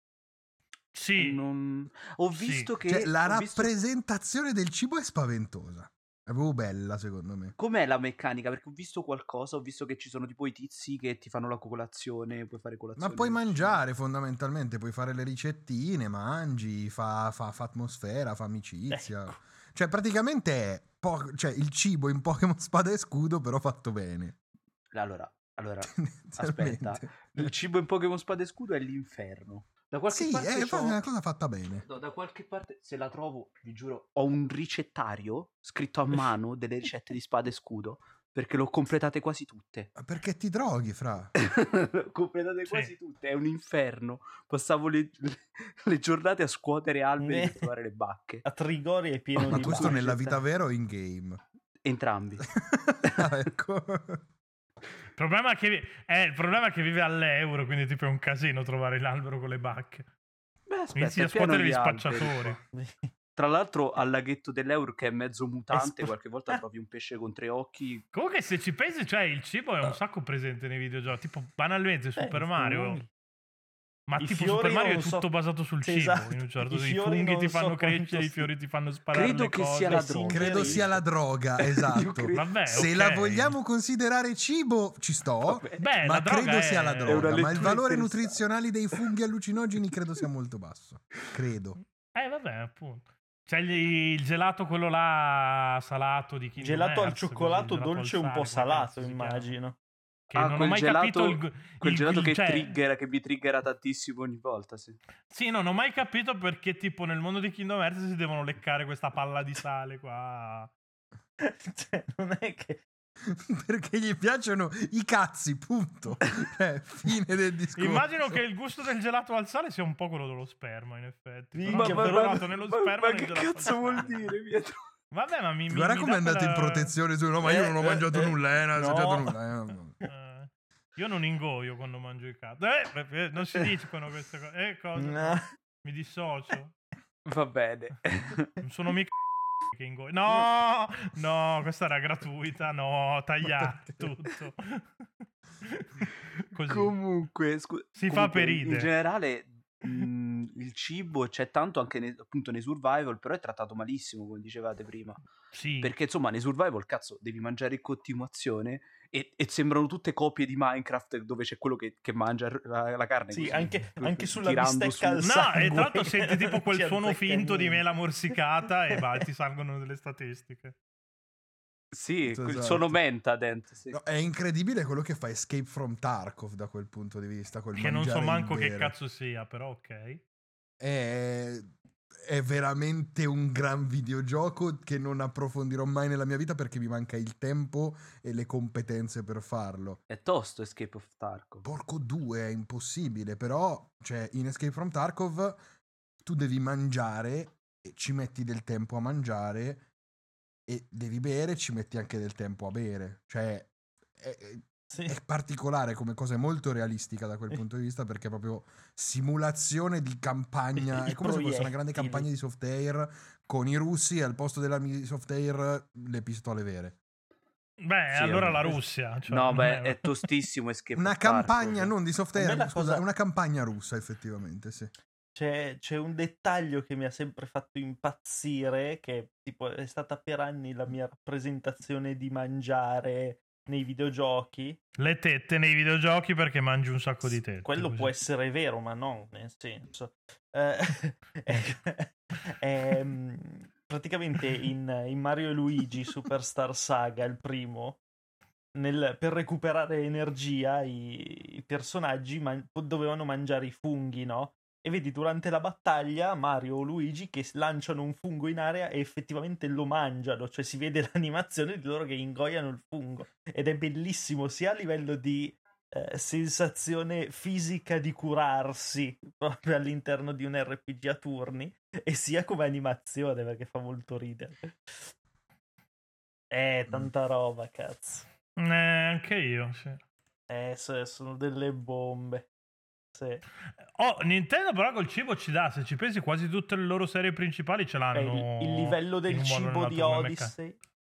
Sì.
Ho visto che...
Cioè, la rappresentazione del cibo è spaventosa. È proprio bella, secondo me.
Com'è la meccanica? Perché ho visto qualcosa, ho visto che ci sono tipo i tizi che ti fanno la colazione, puoi fare colazione.
Ma puoi mangiare fondamentalmente, puoi fare le ricettine, mangi, fa atmosfera, fa amicizia.
Ecco.
Cioè, praticamente è il cibo in Pokémon Spada e Scudo, però fatto bene.
Allora, aspetta. Il cibo in Pokémon Spada e Scudo è l'inferno. Da qualche
Sì,
parte
è una cosa fatta bene.
no, da qualche parte, se la trovo, vi giuro, ho un ricettario scritto a mano delle ricette di spada e scudo, perché l'ho completate quasi tutte.
Perché ti droghi, fra?
Completate
Sì.
quasi tutte, è un inferno. Passavo le giornate a scuotere alberi per trovare le bacche.
A Trigori è pieno
Ma
di
questo
budget.
nella vita vera o in game?
Entrambi.
Ah, ecco.
Il problema è che vive all'euro, quindi tipo è un casino trovare l'albero con le bacche.
Beh,
Inizi
aspetta,
a
è pieno
scuotere
di
gli
alberi
spacciatori.
qua. Tra l'altro al laghetto dell'Euro, che è mezzo mutante,
Espr-
qualche volta trovi un pesce con 3 occhi.
Comunque se ci pensi, cioè il cibo è un sacco presente nei videogiochi, tipo banalmente Super
i
Mario.
funghi.
Ma
I
tipo
fiori
Super Mario è
non so-
tutto basato sul
Sì,
cibo,
esatto.
in un certo
I
senso. I
fiori
funghi ti
non
fanno
so
crescere,
quanto
i fiori ti fanno sparare
Credo
le
che
cose.
sia la
Beh,
droga.
Credo sia la droga, esatto.
Vabbè,
Se
ok.
la vogliamo considerare cibo, ci sto.
Vabbè.
Beh,
Ma
la droga
credo sia la
una
droga. Ma il
lettura
valore
interessante.
nutrizionale dei funghi allucinogeni credo sia molto basso. Credo.
Vabbè, appunto. C'è il gelato, quello là salato di Kingdom
Gelato al
Hearts, così,
cioccolato
gelato al
dolce un po'
sale, come
salato,
cazzo si chiama.
immagino.
Che non ho mai capito
quel gelato che
cioè,
che mi triggera tantissimo ogni volta. Sì.
Sì, no, non ho mai capito perché tipo nel mondo di Kingdom Hearts si devono leccare questa palla di sale qua.
Cioè, non è che...
Perché gli piacciono i cazzi, punto. Fine del discorso.
Immagino che il gusto del gelato al sale sia un po' quello dello sperma, in effetti. Però
Minchia,
ho
però-
trovato nello sperma
ma
nel
che
gelato al
cazzo vuol
sale.
dire, Pietro?
Vabbè, ma
Guarda come è andato in protezione su. No, ma io non ho mangiato nulla, non ho
no.
assaggiato nulla.
Io non ingoio quando mangio i cazzo. Non si dicono queste cose. Cosa?
No.
Mi dissocio.
Va bene.
Non sono mica che ingoio. No, questa era gratuita. No, tagliate tutto. Così.
Comunque,
Si fa per
in
ridere.
generale il cibo c'è tanto anche appunto nei survival, però è trattato malissimo, come dicevate prima.
Sì.
Perché insomma nei survival, cazzo, devi mangiare in continuazione e sembrano tutte copie di Minecraft dove c'è quello che mangia la carne.
Sì,
così,
anche sulla
tirando
bistecca al
No,
sangue.
e tra l'altro senti tipo quel
Ci
suono
azzecca
finto di
niente.
mela morsicata e ti salgono delle statistiche.
Sì,
Esatto.
sono Mentadent, sì.
No, è incredibile quello che fa Escape from Tarkov da quel punto di vista. Col
Che non so
mangiare
manco
il
che
bere.
cazzo sia, però ok.
È veramente un gran videogioco che non approfondirò mai nella mia vita perché mi manca il tempo e le competenze per farlo.
È tosto Escape of Tarkov.
Porco due, è impossibile. Però, cioè, in Escape from Tarkov tu devi mangiare e ci metti del tempo a mangiare e devi bere, ci metti anche del tempo a bere. Cioè,
Sì.
è particolare come cosa, è molto realistica da quel punto di vista perché è proprio simulazione di campagna.
I
È come se fosse una grande
proiettili.
campagna di soft air con i russi e al posto dell'armi di soft air le pistole vere.
Beh,
Sì,
allora
vabbè.
la Russia. Cioè,
No,
non
beh, è tostissimo Escape
Una
of Tarkov.
campagna, non di soft
A me
air,
la
scusa,
cosa-
una campagna russa effettivamente, sì.
C'è un dettaglio che mi ha sempre fatto impazzire, che tipo è stata per anni la mia rappresentazione di mangiare nei videogiochi.
Le tette nei videogiochi perché mangi un sacco di tette.
Quello
così.
può essere vero, ma non nel senso. Praticamente in Mario e Luigi Superstar Saga, il primo, per recuperare energia i personaggi dovevano mangiare i funghi, no? E vedi durante la battaglia Mario o Luigi che lanciano un fungo in area e effettivamente lo mangiano, cioè si vede l'animazione di loro che ingoiano il fungo ed è bellissimo sia a livello di sensazione fisica di curarsi proprio all'interno di un RPG a turni e sia come animazione perché fa molto ridere. Tanta roba, cazzo.
Anche io, sì.
Sono delle bombe. Sì.
Nintendo però col cibo ci dà, se ci pensi quasi tutte le loro serie principali ce l'hanno.
Il livello
in
del
un modo o
cibo
nell'altro
di
come
Odyssey.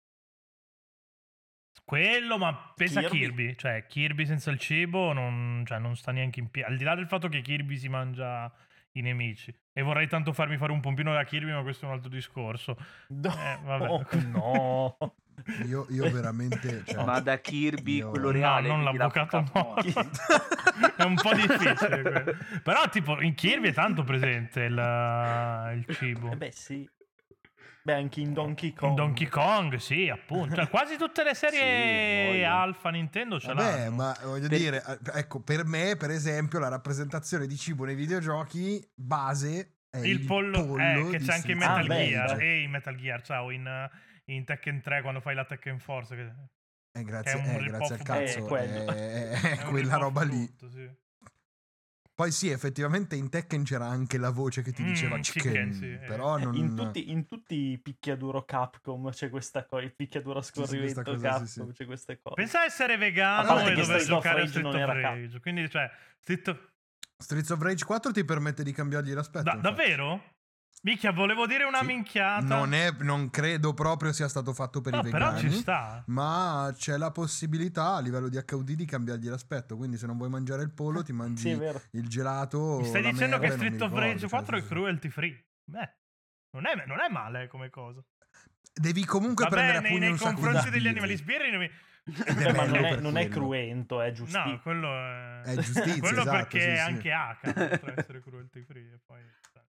Quello, ma pensa a
Kirby.
Kirby, cioè Kirby senza il cibo non sta neanche in piedi. Al di là del fatto che Kirby si mangia i nemici. E vorrei tanto farmi fare un pompino da Kirby, ma questo è un altro discorso.
No,
Vabbè.
no.
Io veramente... Cioè,
Ma da Kirby,
Io-
quello
No,
reale,
non
quindi
l'avvocato morto.
morto.
È un po' difficile quello. Però tipo in Kirby è tanto presente il cibo.
Beh sì. Beh, anche in Donkey Kong.
In Donkey Kong, sì, appunto. Cioè, quasi tutte le serie
Sì,
alfa Nintendo ce
Vabbè,
l'hanno.
ma voglio dire, ecco, per me, per esempio, la rappresentazione di cibo nei videogiochi base è
Il pollo, che
di
c'è anche in
Streets
Metal
of
Gear.
Rage.
E in Metal Gear, ciao, in Tekken 3 quando fai la Tekken Force. Che
Grazie,
che è un
grazie al
rip-off
cazzo,
quello.
è
è un
quella
rip-off
roba lì.
brutto, sì.
Poi sì, effettivamente in Tekken c'era anche la voce che ti diceva
chicken,
chicken,
sì,
però non...
In tutti i picchiaduro Capcom c'è questa cosa, il picchiaduro a
Sì, questa
scorrimento
cosa,
Capcom,
sì, sì.
c'è queste cose.
Pensa a essere vegano
A parte
e
che
dover
Street of
giocare a
Rage
Street
non
of
era
Rage. Quindi, cioè,
Streets of Rage 4 ti permette di cambiargli l'aspetto. infatti.
davvero? Minchia, volevo dire una
Sì.
minchiata.
Non credo proprio sia stato fatto per i
No,
vegani.
però ci sta.
Ma c'è la possibilità a livello di HUD di cambiargli l'aspetto. Quindi se non vuoi mangiare il pollo ti
Sì,
mangi
è vero.
il gelato.
Mi stai
la
dicendo che
merda, non
Street
mi
of
ricordo,
Rage
cioè,
4 è
sì.
cruelty free? Beh, non è male come cosa.
Devi comunque
Vabbè,
prendere a pugni
nei
un sacco
confronti
di
degli
sbirri.
animali sbirri
Ed è
Ma
bello per
non è
quello.
cruento, è giustizia.
No, quello è...
È giustizia,
quello
esatto,
perché
sì,
è
sì.
anche H potrà essere cruelty free e poi...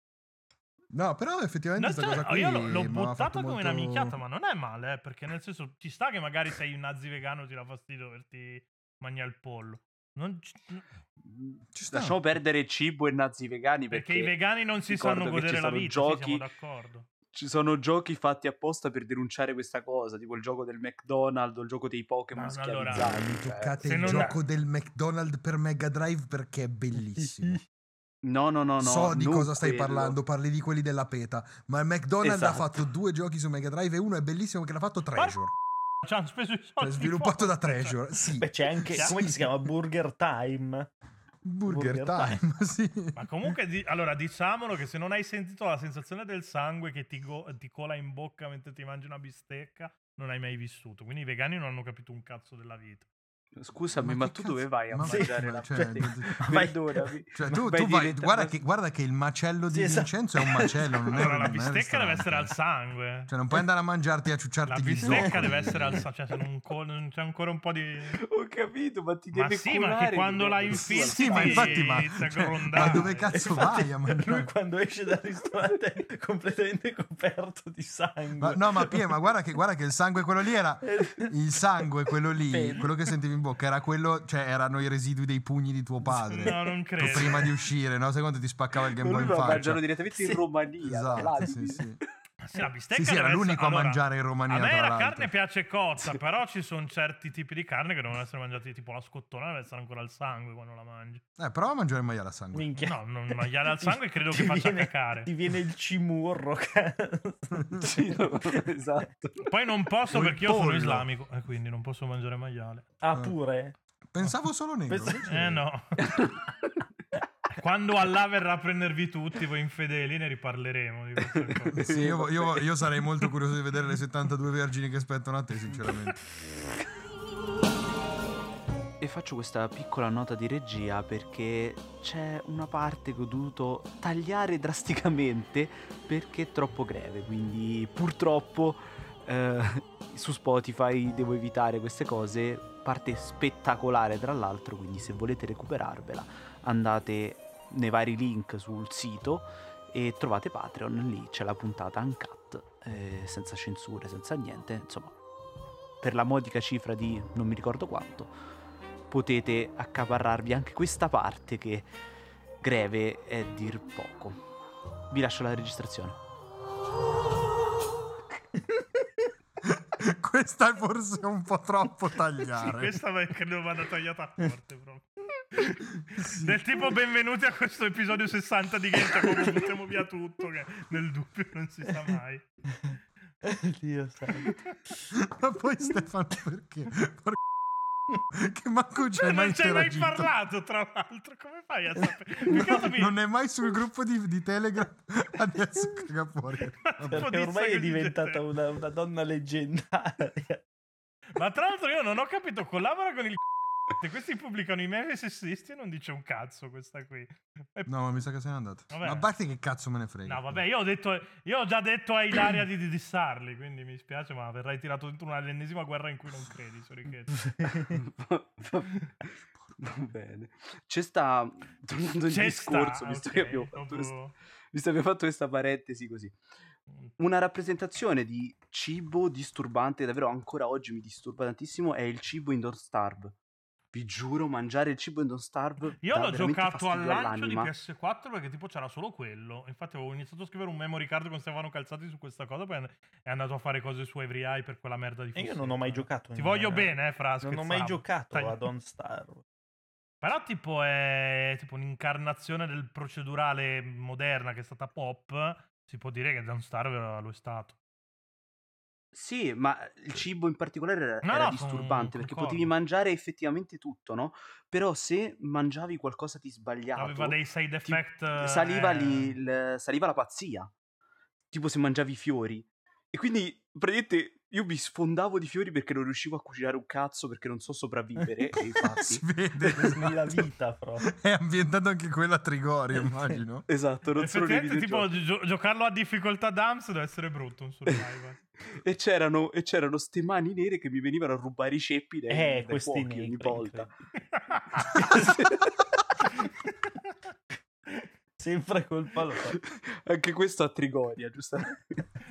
No, però effettivamente
No,
questa
cioè,
cosa qui
io l'ho
mi aveva
buttata
fatto
come
molto...
una minchiata, ma non è male, perché nel senso ci sta che magari sei un nazi vegano, ti dà fastidio doverti mangiare il pollo.
Ci sta.
Lasciamo perdere cibo e nazi vegani
Perché
perché
i vegani non si
ricordo
sanno
che
godere
ci
la
sono
vita, sì, siamo
giochi,
d'accordo.
ci sono giochi fatti apposta per denunciare questa cosa, tipo il gioco del McDonald's o il gioco dei Pokémon
No, allora,
schiavizzati.
Mi toccate
se
il
non-
gioco del McDonald's per Mega Drive perché è bellissimo.
No,
So di
non
cosa stai
quello.
parlando, parli di quelli della PETA, ma il McDonald's ha
Esatto.
fatto 2 giochi su Mega Drive e uno è bellissimo che l'ha fatto Treasure,
Ci hanno speso i soldi.
cioè sviluppato da
forte,
Treasure, sì.
Beh, c'è anche,
Sì.
come si chiama? Burger Time.
Burger Time, sì.
Ma comunque, allora, diciamolo che se non hai sentito la sensazione del sangue che ti cola in bocca mentre ti mangi una bistecca, non hai mai vissuto. Quindi i vegani non hanno capito un cazzo della vita.
Scusami, ma
che
tu
cazzo-
dove vai a
ma
mangiare
sì,
la
cioè,
bistecca?
vai-
Perdonami.
Cioè, tu
Vai
vai,
direttamente-
guarda che il macello di
Sì, esatto.
Vincenzo è un macello, non è
Allora, la
non è un
bistecca deve essere al
ristorante.
sangue.
Cioè, non puoi andare a mangiarti a ciucciarti
La
gli
bistecca
zoccoli.
deve essere al sangue. Cioè, se non c'è ancora un po' di...
Ho capito, ma ti
Ma
deve
sì, ma
curare
che quando
di
la
mezzo.
infilzi
Sì, ma
ti
infatti,
inizia a
cioè,
grondare.
ma dove cazzo
Infatti,
vai a mangiare?
lui quando esce dal ristorante è completamente coperto di sangue.
Ma Pia, ma guarda che il sangue quello lì era il sangue quello lì,
Vedi?
quello che sentivi in bocca era quello, cioè erano i residui dei pugni di tuo padre.
No, non credo.
Prima di uscire, no? Sai quando ti spaccava il Game
Ma
Boy
lui
in
lo
faccia?
mangiano direttamente in Romania. tra
Esatto,
l'altro.
sì, sì.
Sì, la bistecca
Sì, era
deve
l'unico
essere...
a
allora,
mangiare in Romania,
A me
tra
la
l'altro.
carne piace cotta, però ci sono certi tipi di carne che devono essere mangiati, tipo la scottona deve essere ancora al sangue quando la mangi.
Prova a mangiare il maiale a sangue.
Minchia.
No, non mangiare al sangue credo
Ti
che faccia
viene-
cacare.
Ti viene il cimurro.
Sì, no, esatto.
Poi non posso
O il
perché io sono
pollo.
islamico e quindi non posso mangiare maiale.
Ah, pure?
Pensavo solo nero.
Pensa-
invece-
No. Quando Allah verrà a prendervi tutti, voi infedeli, ne riparleremo di queste cose.
Sì, io sarei molto curioso di vedere le 72 vergini che aspettano a te, sinceramente.
E faccio questa piccola nota di regia perché c'è una parte che ho dovuto tagliare drasticamente perché è troppo greve, quindi purtroppo su Spotify devo evitare queste cose, parte spettacolare tra l'altro, quindi se volete recuperarvela andate nei vari link sul sito e trovate Patreon, lì c'è la puntata uncut, senza censure, senza niente, insomma per la modica cifra di non mi ricordo quanto potete accaparrarvi anche questa parte che greve è dir poco. Vi lascio la registrazione.
Questa è forse un po' troppo
Sì,
tagliare.
questa credo vada tagliata forte proprio.
Sì.
Del tipo benvenuti a questo episodio 60 di Game, buttiamo via tutto che nel dubbio non si sa mai.
Dio santo.
Ma poi Stefano perché? Che manco c'è mai
Non ci hai mai
interagito.
parlato, tra l'altro. Come fai a sapere? Più che altro mi-
Non è mai sul gruppo di Telegram. Adesso caga fuori.
Perché
Podizza
ormai è
così
diventata
gente.
una donna leggendaria.
Ma tra l'altro io non ho capito, collabora con il e questi pubblicano i meme sessisti e non dice un cazzo questa qui. E-
No, ma mi sa che se n'è andato.
Vabbè.
Ma a parte che cazzo me ne frega.
No, vabbè, io ho già detto a Ilaria di dissarli, quindi mi spiace, ma verrai tirato dentro l'ennesima guerra in cui non credi, Sorichetto.
Va bene. Tornando al discorso, visto che abbiamo fatto questa parentesi così. Una rappresentazione di cibo disturbante, davvero ancora oggi mi disturba tantissimo, è il cibo in Don't Starve. Vi giuro, mangiare il cibo in Don't Starve
Io
dà
l'ho
veramente
giocato al
fastidio
lancio di
all'anima.
PS4 perché tipo c'era solo quello. Infatti avevo iniziato a scrivere un memory card con Stefano Calzati su questa cosa, poi è andato a fare cose su Every Eye per quella merda di
E io
Fossetto.
non ho mai giocato.
Ti voglio bene, Fra,
Non ho mai
scherzavo.
giocato
Dai.
a Don't Starve.
Però tipo è tipo un'incarnazione del procedurale moderna che è stata pop. Si può dire che Don't Starve lo è stato.
Sì, ma il cibo in particolare
No,
era
no,
disturbante perché
concordo.
potevi mangiare effettivamente tutto, no? Però se mangiavi qualcosa di
Aveva
sbagliato,
dei side effect.
saliva saliva la pazzia. Tipo se mangiavi i fiori. E quindi, praticamente, io mi sfondavo di fiori perché non riuscivo a cucinare un cazzo perché non so sopravvivere. E infatti...
Si vede.
Nella
esatto.
vita proprio.
È ambientato anche quella a Trigoria, immagino.
Esatto, non solo nei
Effettivamente tipo
videogiochi.
giocarlo a difficoltà Dams deve essere brutto un survival.
E c'erano ste mani nere che mi venivano a rubare i ceppi dai
Questi
fuochi
negri,
ogni volta.
Sempre colpa loro.
Anche questo a Trigoria, giustamente.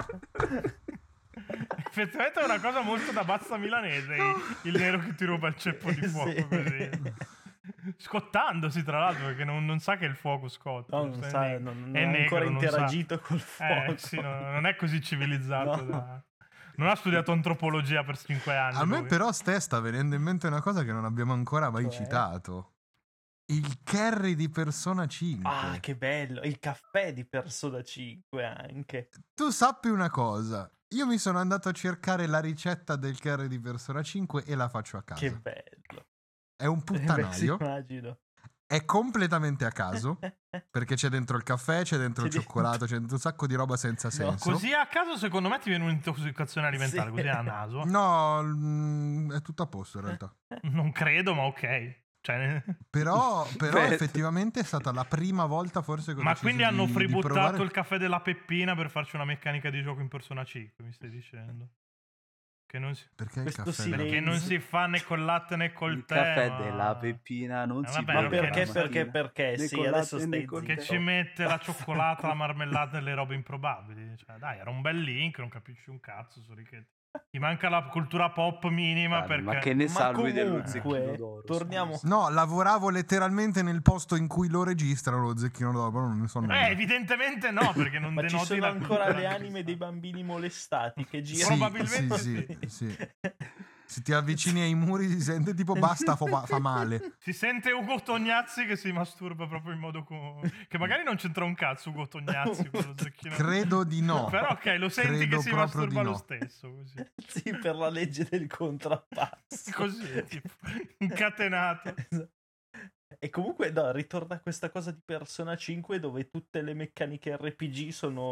Effettivamente è una cosa molto da bazza milanese, il nero che ti ruba il ceppo di fuoco
Sì.
così. Scottandosi tra l'altro perché non sa che il fuoco scotta.
No, non sa,
è
non
è
ha
negro,
ancora
non
interagito
sa.
col fuoco.
Sì, non è così civilizzato.
No.
Non ha studiato antropologia per 5 anni.
A me
lui.
però sta venendo in mente una cosa che non abbiamo ancora mai
Cioè?
citato. Il curry di Persona 5.
Ah, che bello! Il caffè di Persona 5 anche.
Tu sappi una cosa. Io mi sono andato a cercare la ricetta del curry di Persona 5 e la faccio a casa.
Che bello.
È un
Beh, sì,
puttanaio.
immagino.
È completamente a caso. Perché c'è dentro il caffè, c'è dentro il
C'è dentro-
cioccolato, c'è dentro un sacco di roba senza senso.
Così a caso secondo me ti viene un'intossicazione alimentare,
Sì.
così a naso.
No, è tutto a posto in realtà.
Non credo, ma ok. Cioè,
Però
Beh,
effettivamente è stata la prima volta forse che ho
ma
deciso
quindi hanno
di
freebuttato
provare.
il caffè della Peppina per farci una meccanica di gioco in Persona 5, mi stai dicendo? Che non si...
Perché il
Questo
caffè
silenzio.
Perché non si fa né col latte né col
Il
tè.
caffè
ma-
della Peppina non si
vabbè,
beve
Ma
ok,
perché,
non
la
so.
perché?
né
Sì,
con
adesso
latte né
stai
col
Che
tè.
ci mette la cioccolata, la marmellata e le robe improbabili. Cioè, dai, era un bel link, non capisci un cazzo. Ti manca la cultura pop minima
Dai,
perché...
ma che ne
Ma
sa lui dello
comunque,
zecchino d'oro?
torniamo-
scusa.
No, lavoravo letteralmente nel posto in cui lo registrano lo zecchino d'oro, però non ne so nulla.
Evidentemente no, perché non
Ma ci
denoti
sono
la
ancora
cultura
le
di
anime
questa-
dei bambini molestati che
Sì,
girano.
Probabilmente
sì. Se ti avvicini ai muri si sente tipo basta, fa male.
Si sente Ugo Tognazzi che si masturba proprio in modo che magari non c'entra un cazzo Ugo Tognazzi con lo zecchino.
Credo di no.
Però ok, lo senti
Credo
che si
proprio
masturba
di
lo
no.
stesso così.
Sì, per la legge del contrappasso.
Così, tipo, incatenato.
E comunque, no, ritorna questa cosa di Persona 5 dove tutte le meccaniche RPG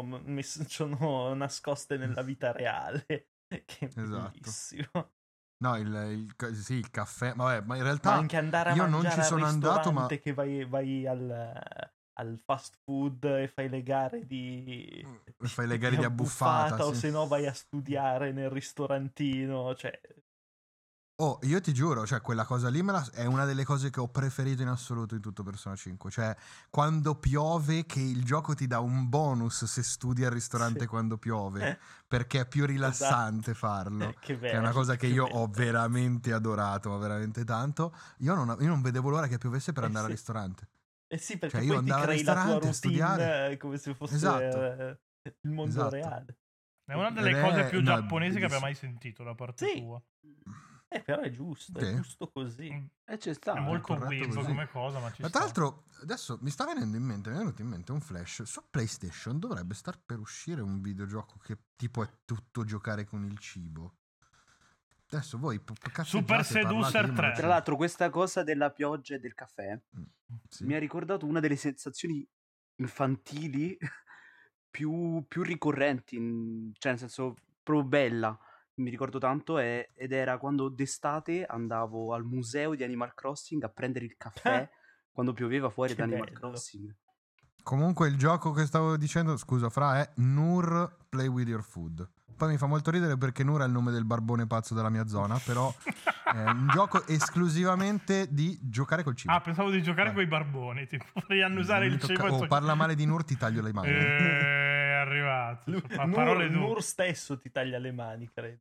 sono nascoste nella vita reale. Che è
Esatto.
bellissimo.
No, il caffè, vabbè, ma in
Ma
realtà
anche andare a
io non
mangiare
ci sono
al
andato, ma
ristorante che vai al fast food e fai le gare di
fai le gare di abbuffata,
o
sì.
se no vai a studiare nel ristorantino, cioè
Oh, io ti giuro, cioè quella cosa lì è una delle cose che ho preferito in assoluto in tutto Persona 5. Cioè, quando piove, che il gioco ti dà un bonus se studi al ristorante
Sì.
quando piove, perché è più rilassante farlo.
che
Che è una cosa che io ho veramente adorato, ma veramente tanto. Io non vedevo l'ora che piovesse per andare
sì.
al ristorante.
Eh sì, perché
Cioè, io
poi ti
andavo al
crei la tua
ristorante a
routine
studiare.
come se fosse
Esatto.
il mondo
Esatto.
reale.
È una delle
Ed è-
cose più
no, è
giapponesi che abbia
bellissimo.
mai sentito da parte
Sì.
tua.
Però è giusto,
Ok.
è giusto così.
C'è sta.
È molto
corretto
weird
così.
come cosa, ma ci
Ma
sta.
tra l'altro, adesso mi è venuto in mente un flash. Su PlayStation dovrebbe star per uscire un videogioco che tipo è tutto giocare con il cibo. Adesso voi cazzeggiate,
Super Seducer
parlate, io me lo
3.
Tra l'altro questa cosa della pioggia e del caffè
Sì.
mi ha ricordato una delle sensazioni infantili più ricorrenti, cioè nel senso proprio bella, mi ricordo tanto, ed era quando d'estate andavo al museo di Animal Crossing a prendere il caffè quando pioveva fuori
Che
da Animal
bello.
Crossing.
Comunque il gioco che stavo dicendo, scusa Fra, è Nur Play With Your Food. Poi mi fa molto ridere perché Nur è il nome del barbone pazzo della mia zona, però è un gioco esclusivamente di giocare col cibo.
Ah, pensavo di giocare
Vai.
con i barboni, tipo, vorrei annusare
Non
il
mi tocca-
cibo e
oh, parla male di Nur, ti taglio le mani.
arrivato.
Nur, Nur stesso ti taglia le mani, credo.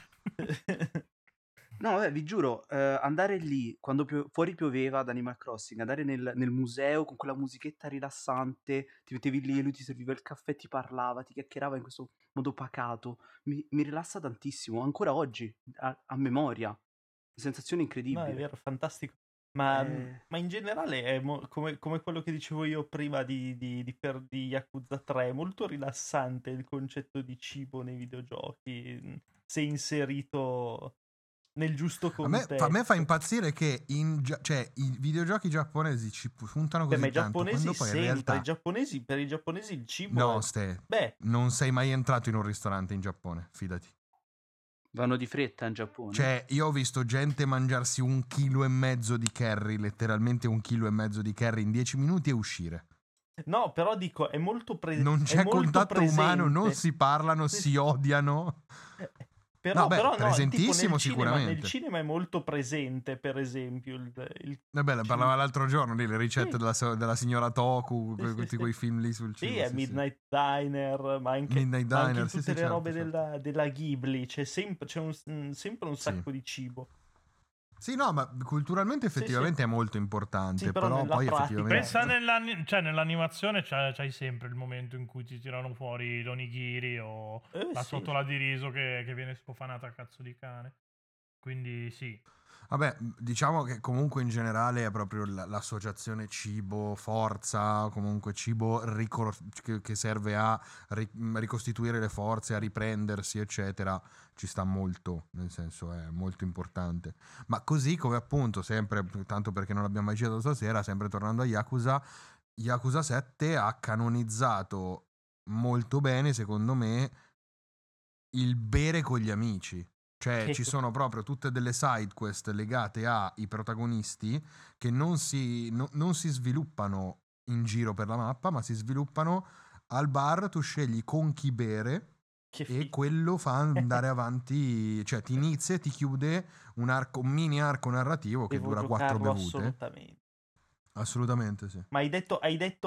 No, vi giuro, andare lì quando fuori pioveva ad Animal Crossing, andare nel museo con quella musichetta rilassante, ti mettevi lì e lui ti serviva il caffè, ti parlava, ti chiacchierava in questo modo pacato, mi rilassa tantissimo, ancora oggi, a memoria, sensazione
No, è
incredibile.
vero, fantastico. Ma in generale è come quello che dicevo io prima di Yakuza 3, è molto rilassante il concetto di cibo nei videogiochi, se inserito nel giusto contesto.
A me fa impazzire che i videogiochi giapponesi ci puntano così
ma i
tanto,
giapponesi
quando poi in
sempre,
realtà...
per i giapponesi il cibo
No,
Beh,
non sei mai entrato in un ristorante in Giappone, fidati.
Vanno di fretta in Giappone.
Cioè, io ho visto gente mangiarsi 1,5 kg di curry, letteralmente 1,5 kg di curry in 10 minuti e uscire.
no, però dico, è molto presente.
Non c'è contatto umano, non si parlano, si odiano.
Però,
no,
però
presentissimo
tipo
sicuramente.
nel cinema è molto presente, per esempio.
Vabbè, parlava l'altro giorno lì, le ricette della signora Toku, tutti quei film lì sul cibo.
Sì, è Midnight Diner, ma anche,
Midnight Diner,
anche tutte le robe
certo.
della Ghibli. C'è sempre un sacco di cibo.
Sì, no, ma culturalmente effettivamente è molto importante,
Sì, però
poi
pratica,
effettivamente...
Pensa nell'animazione c'hai sempre il momento in cui ti tirano fuori l'onigiri o la ciotola di riso che viene scofanata a cazzo di cane. Quindi sì.
Vabbè, diciamo che comunque in generale è proprio l'associazione cibo-forza, comunque cibo che serve a ricostituire le forze, a riprendersi, eccetera, ci sta molto, nel senso è molto importante. Ma così come appunto, sempre, tanto perché non l'abbiamo mai citato stasera, sempre tornando a Yakuza 7 ha canonizzato molto bene, secondo me, il bere con gli amici. Cioè ci sono proprio tutte delle side quest legate ai protagonisti che non si sviluppano in giro per la mappa, ma si sviluppano al bar, tu scegli con chi bere e quello fa andare avanti, cioè ti inizia e ti chiude un mini arco narrativo che dura 4 bevute. Assolutamente sì.
Ma hai detto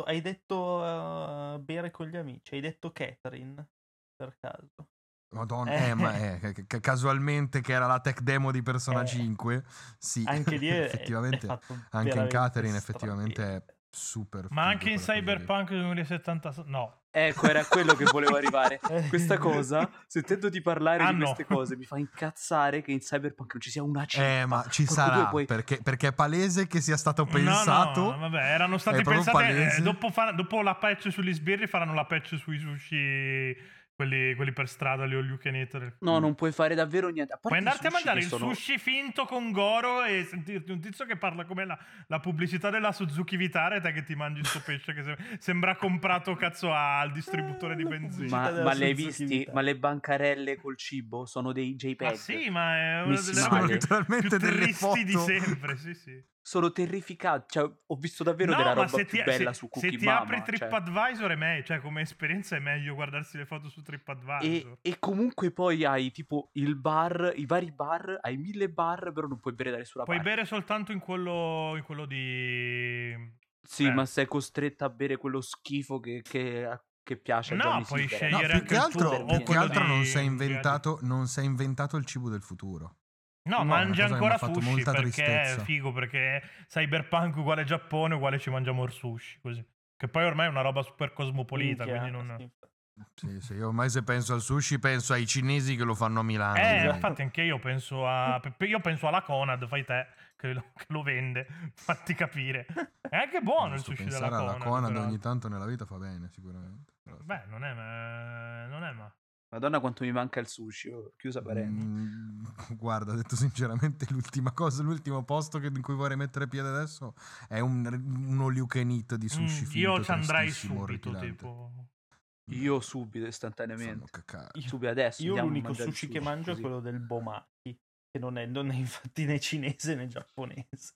bere con gli amici, hai detto Catherine per caso?
Madonna, ma casualmente che era la tech demo di Persona 5, sì,
anche lì
effettivamente, anche in Catherine effettivamente è super.
Ma anche in Cyberpunk 2077, no.
Ecco, era quello che volevo arrivare. Questa cosa, sentendoti parlare di queste cose, mi fa incazzare che in Cyberpunk non ci sia una cippa.
Ma ci sarà, perché è palese che sia stato pensato.
No, vabbè, erano stati pensati dopo la patch sugli sbirri faranno la patch sui sushi. Quelli per strada, li all you can eat.
No, non puoi fare davvero niente.
Puoi andarti a mangiare il sushi finto con Goro e sentirti un tizio che parla come la pubblicità della Suzuki Vitara e te che ti mangi il suo pesce che sembra comprato cazzo al distributore di benzina.
Ma le hai visti? Ma le bancarelle col cibo sono dei JPEG.
Ma sì, ma è una delle più tristi di sempre, sì.
Sono terrificato, cioè ho visto davvero della roba più bella su Cookie
se ti apri TripAdvisor è meglio, cioè come esperienza è meglio guardarsi le foto su TripAdvisor.
E comunque poi hai tipo il bar, i vari bar, hai 1000 bar, però non puoi bere da nessuna parte.
Puoi bere soltanto in quello di...
Sì, ma sei costretta a bere quello schifo che piace a Johnny
puoi
Silver.
scegliere
più che altro non si è inventato il cibo del futuro.
No, mangia ancora sushi perché è figo, perché Cyberpunk uguale Giappone uguale ci mangiamo il sushi, così. Che poi ormai è una roba super cosmopolita, quindi non...
Sì, io ormai se penso al sushi penso ai cinesi che lo fanno a Milano.
Infatti anche io penso alla Conad, fai te, che lo vende, fatti capire. È anche buono il sushi della Conad.
La Conad ogni tanto nella vita fa bene, sicuramente.
Beh, non è ma...
Madonna quanto mi manca il sushi, chiusa parenti.
Guarda, detto sinceramente, l'ultimo posto in cui vorrei mettere piede adesso è un all you can eat di sushi finto.
Io ci andrei subito, tipo...
Io subito, istantaneamente. Subito adesso.
Io l'unico sushi che mangio è quello del Bomaki, che non è infatti né cinese né giapponese.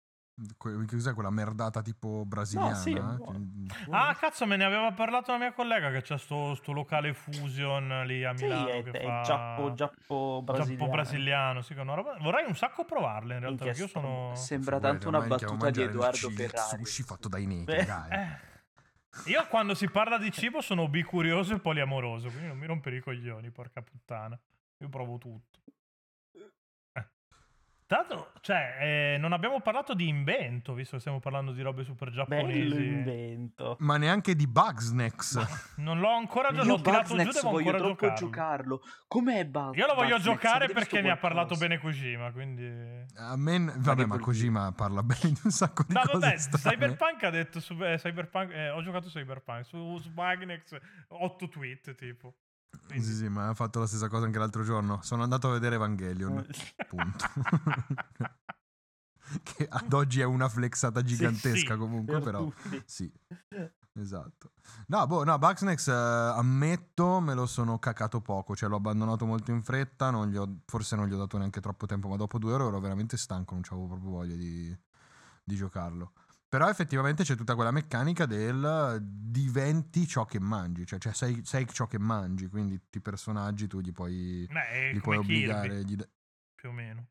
Cos'è quella merdata tipo brasiliana?
No, sì,
cazzo, me ne aveva parlato una mia collega che c'è sto locale Fusion lì a Milano che fa
Giappo
brasiliano, sì, che è una roba... Vorrei un sacco provarle in realtà, perché io sono...
Sembra tanto una battuta di Edoardo Ferrari.
Sushi fatto dai negri, dai.
Io quando si parla di cibo sono bicurioso e poliamoroso, quindi non mi rompere i coglioni, porca puttana. Io provo tutto. Tanto, cioè, non abbiamo parlato di invento, visto che stiamo parlando di robe super giapponesi.
Bello invento.
Ma neanche di Bugsnax.
Non l'ho ancora
Io
l'ho tirato giù,
Bugsnax
devo
voglio
ancora
troppo
giocarlo.
Com'è Bugsnax?
Io lo voglio giocare
Avete
perché
visto
ne ha parlato
qualcosa?
bene Kojima, quindi...
A me, vabbè,
che
ma
vuol
Kojima parla bene di un sacco di
No,
cose
vabbè,
strane.
Cyberpunk ha detto Cyberpunk, ho giocato Cyberpunk su Bugsnax 8 tweet tipo. Quindi...
Sì, ma ha fatto la stessa cosa anche l'altro giorno. Sono andato a vedere Evangelion. Punto. Che ad oggi è una flexata gigantesca
sì,
comunque,
per
però
tutti.
sì, esatto. No, Bugsnax, ammetto, me lo sono cacato poco, cioè l'ho abbandonato molto in fretta, forse non gli ho dato neanche troppo tempo, ma dopo 2 ore ero veramente stanco, non avevo proprio voglia di giocarlo. Però effettivamente c'è tutta quella meccanica del diventi ciò che mangi, cioè sei ciò che mangi, quindi tutti i personaggi tu gli puoi obbligare,
più o meno.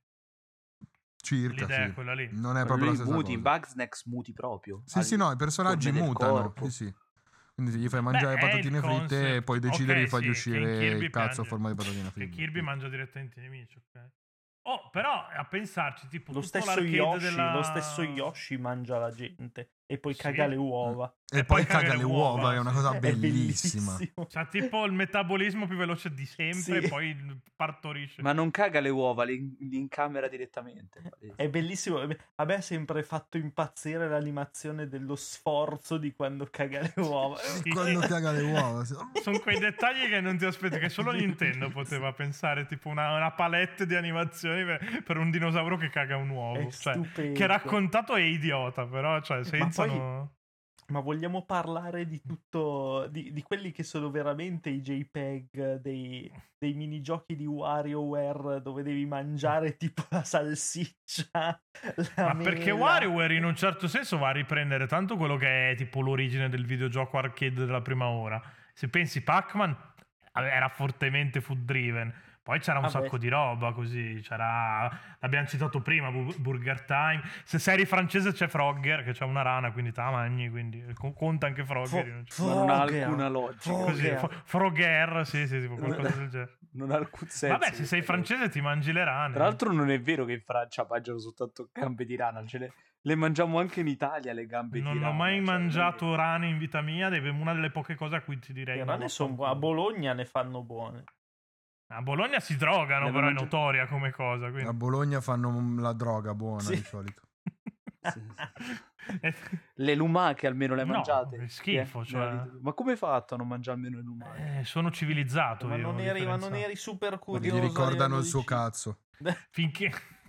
Circa,
l'idea
sì.
è quella lì.
Non è
Ma
proprio la
lui
stessa
muti, in
cosa.
Bugsnax muti proprio.
Sì, no, i personaggi
forme del
mutano.
corpo.
Sì. Quindi gli fai mangiare
È
patatine
il
fritte
concept.
e poi decidere di fargli
Ok, sì, che in
uscire
Kirby
il cazzo a
piange.
forma di patatina
Che
fritta.
Kirby mangia direttamente i nemici, ok? Oh, però a pensarci, tipo
Lo
tutto
stesso
l'arcade
lo stesso Yoshi mangia la gente e poi
Sì.
caga le uova.
E poi caga le uova, è una
sì.
cosa
È
bellissima.
bellissimo.
C'ha tipo il metabolismo più veloce di sempre
Sì.
e poi partorisce.
Ma non caga le uova, li incamera direttamente.
È bellissimo. A me ha sempre fatto impazzire l'animazione dello sforzo di quando caga le uova.
Sì.
Quando caga le uova.
Sono quei dettagli che non ti aspetti, che solo Nintendo poteva pensare, tipo una palette di animazioni per un dinosauro che caga un uovo.
È
Cioè,
stupendo.
che raccontato è idiota, però, cioè, senza...
Ma vogliamo parlare di tutto, di quelli che sono veramente i JPEG dei minigiochi di WarioWare dove devi mangiare tipo la salsiccia, la
Ma perché
mela.
WarioWare in un certo senso va a riprendere tanto quello che è tipo l'origine del videogioco arcade della prima ora. Se pensi Pac-Man era fortemente food driven. Poi c'era un sacco di roba così, l'abbiamo citato prima, Burger Time. Se sei francese c'è Frogger, che c'è una rana, quindi te la mangi, quindi conta anche Frogger.
Ma non ha alcuna logica.
Così, Frogger, sì, tipo qualcosa del genere.
Non ha alcun senso.
Vabbè, se sei francese ti mangi le rane.
Tra l'altro non è vero che in Francia mangiano soltanto gambe di rana, le mangiamo anche in Italia le gambe di rana.
Non ho mai mangiato rane in vita mia, è una delle poche cose a cui ti direi.
Le rane a Bologna ne fanno buone.
A Bologna si drogano, però è notoria come cosa. Quindi.
A Bologna fanno la droga buona di solito.
Sì. Le lumache almeno le mangiate?
È schifo, cioè.
Ma come hai fatto a non mangiare almeno le lumache?
Sono civilizzato.
Ma
io,
non eri super curioso.
Gli ricordano il suo cazzo.
Finché...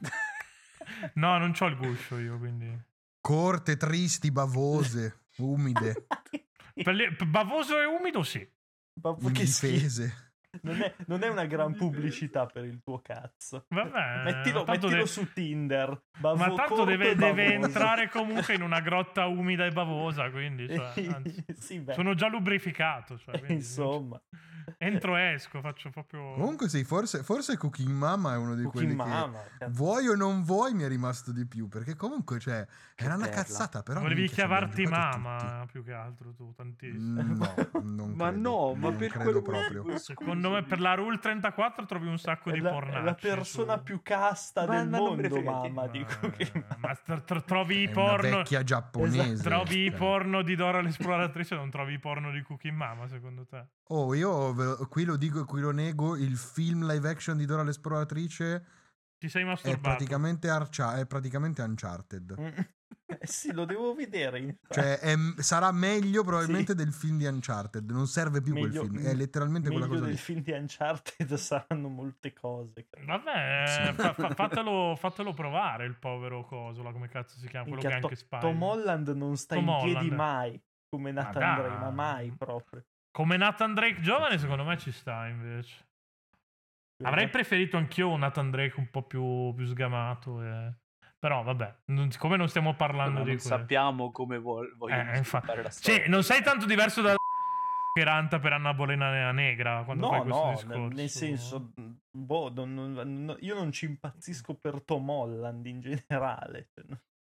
No, non c'ho il guscio io, quindi...
Corte, tristi, bavose, umide.
Bavoso e umido, sì.
Indifese.
Non è una gran pubblicità per il tuo cazzo.
Vabbè,
mettilo su Tinder.
Ma tanto deve entrare comunque in una grotta umida e bavosa, quindi anzi,
sì,
sono già lubrificato. Cioè,
insomma.
Entro e esco, faccio proprio...
Comunque sì, forse Cooking Mama è uno di quelli che vuoi o non vuoi mi è rimasto di più, perché comunque cioè era una cazzata, però
volevi chiavarti mamma più che altro tu, tantissimo.
No, non
ma
credo,
no, ma
non
per
credo
proprio.
Secondo me per la Rule 34 trovi un sacco di pornacci.
È la persona più casta del mondo, mamma.
Ma trovi i
porno... Una vecchia giapponese.
Esatto. Trovi i porno di Dora l'esploratrice, non trovi i porno di Cooking Mama, secondo te?
Oh, io qui lo dico e qui lo nego, il film live action di Dora l'esploratrice
ti sei masturbato.
È praticamente Uncharted.
Sì, lo devo vedere.
Cioè sarà meglio probabilmente del film di Uncharted. Non serve più quel film, è letteralmente quella cosa lì.
Del film di Uncharted saranno molte cose.
Vabbè, fatelo provare il povero Cosola, come cazzo si chiama, quello che anche Spider.
Tom Holland non sta in piedi mai come Nathan Drake, ma mai proprio.
Come Nathan Drake giovane secondo me ci sta invece. Avrei preferito anch'io un Nathan Drake un po' più sgamato. Però vabbè, siccome non stiamo parlando di questo.
Sappiamo come vogliono fare la storia.
Cioè, non sei tanto diverso da che ranta per Anna Bolena Negra quando fai questo discorso.
Nel senso, io non ci impazzisco per Tom Holland in generale.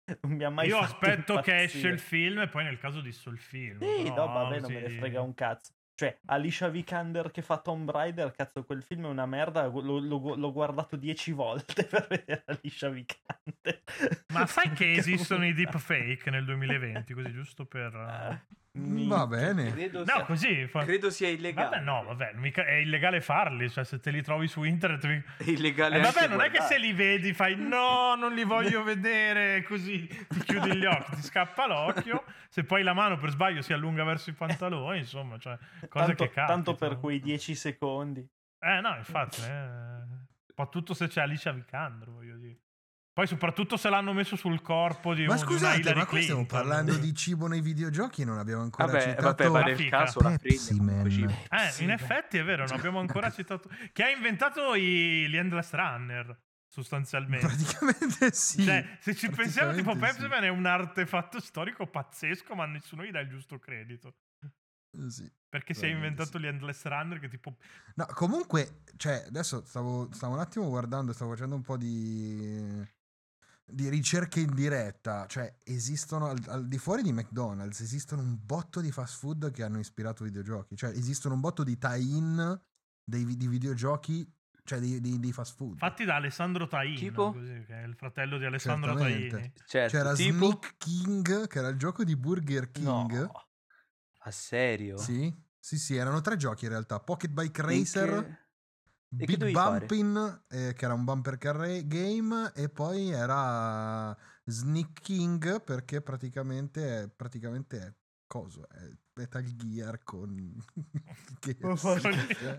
non mi ha mai
Io
fatto
aspetto che esce
impazzire.
il film e poi nel caso dissolvo il film.
Sì,
però
no, vabbè, non me ne
così-
frega un cazzo. Cioè, Alicia Vikander che fa Tomb Raider, cazzo, quel film è una merda. L'ho guardato 10 volte per vedere Alicia Vikander.
Ma sai che
Porca
esistono i
puttana.
deepfake nel 2020? Così giusto per...
Va
Minchia.
bene.
No, così...
Credo sia illegale.
Vabbè, no, vabbè, mica è illegale farli, cioè se te li trovi su internet...
È illegale
vabbè,
anche
non è che
guardare.
se li vedi fai no, non li voglio vedere, così ti chiudi gli occhi, ti scappa l'occhio, se poi la mano per sbaglio si allunga verso i pantaloni, insomma, cioè cose che capitano.
Tanto per quei 10 secondi.
No, infatti, soprattutto se c'è Alicia Vikander, voglio dire. Poi soprattutto se l'hanno messo sul corpo di
Ma
una
scusate,
Hillary
ma qui stiamo
Clinton.
parlando di cibo nei videogiochi e non abbiamo ancora
Vabbè,
citato
ma
La
nel
fica.
caso la
Pepsi
prende comunque
Man.
cibo.
In effetti è vero, non abbiamo ancora citato... Che ha inventato gli Endless Runner, sostanzialmente.
Praticamente sì.
Cioè, se ci pensiamo, tipo
Praticamente
Pepsi Man è un artefatto storico pazzesco, ma nessuno gli dà il giusto credito.
Sì.
Perché si è
Probabilmente
inventato
sì.
gli Endless Runner che tipo...
No, comunque, cioè, adesso stavo un attimo guardando, stavo facendo un po' di ricerche in diretta. Cioè, esistono al di fuori di McDonald's, esistono un botto di fast food che hanno ispirato videogiochi. Cioè, esistono un botto di tie-in di videogiochi, cioè di fast food.
Fatti da Alessandro Taini,
Tipo?
così, che è il fratello di Alessandro
Certamente.
Taini.
Certo,
C'era
tipo...
Sneak King, che era il gioco di Burger King.
No.
A serio?
Sì, erano 3 giochi in realtà. Pocket Bike
E
Racer,
che
Big
dovevi fare?
Bumpin', che era un bumper car game, e poi era Sneak King, perché praticamente è coso, è Metal Gear con... che
Ma
schifo.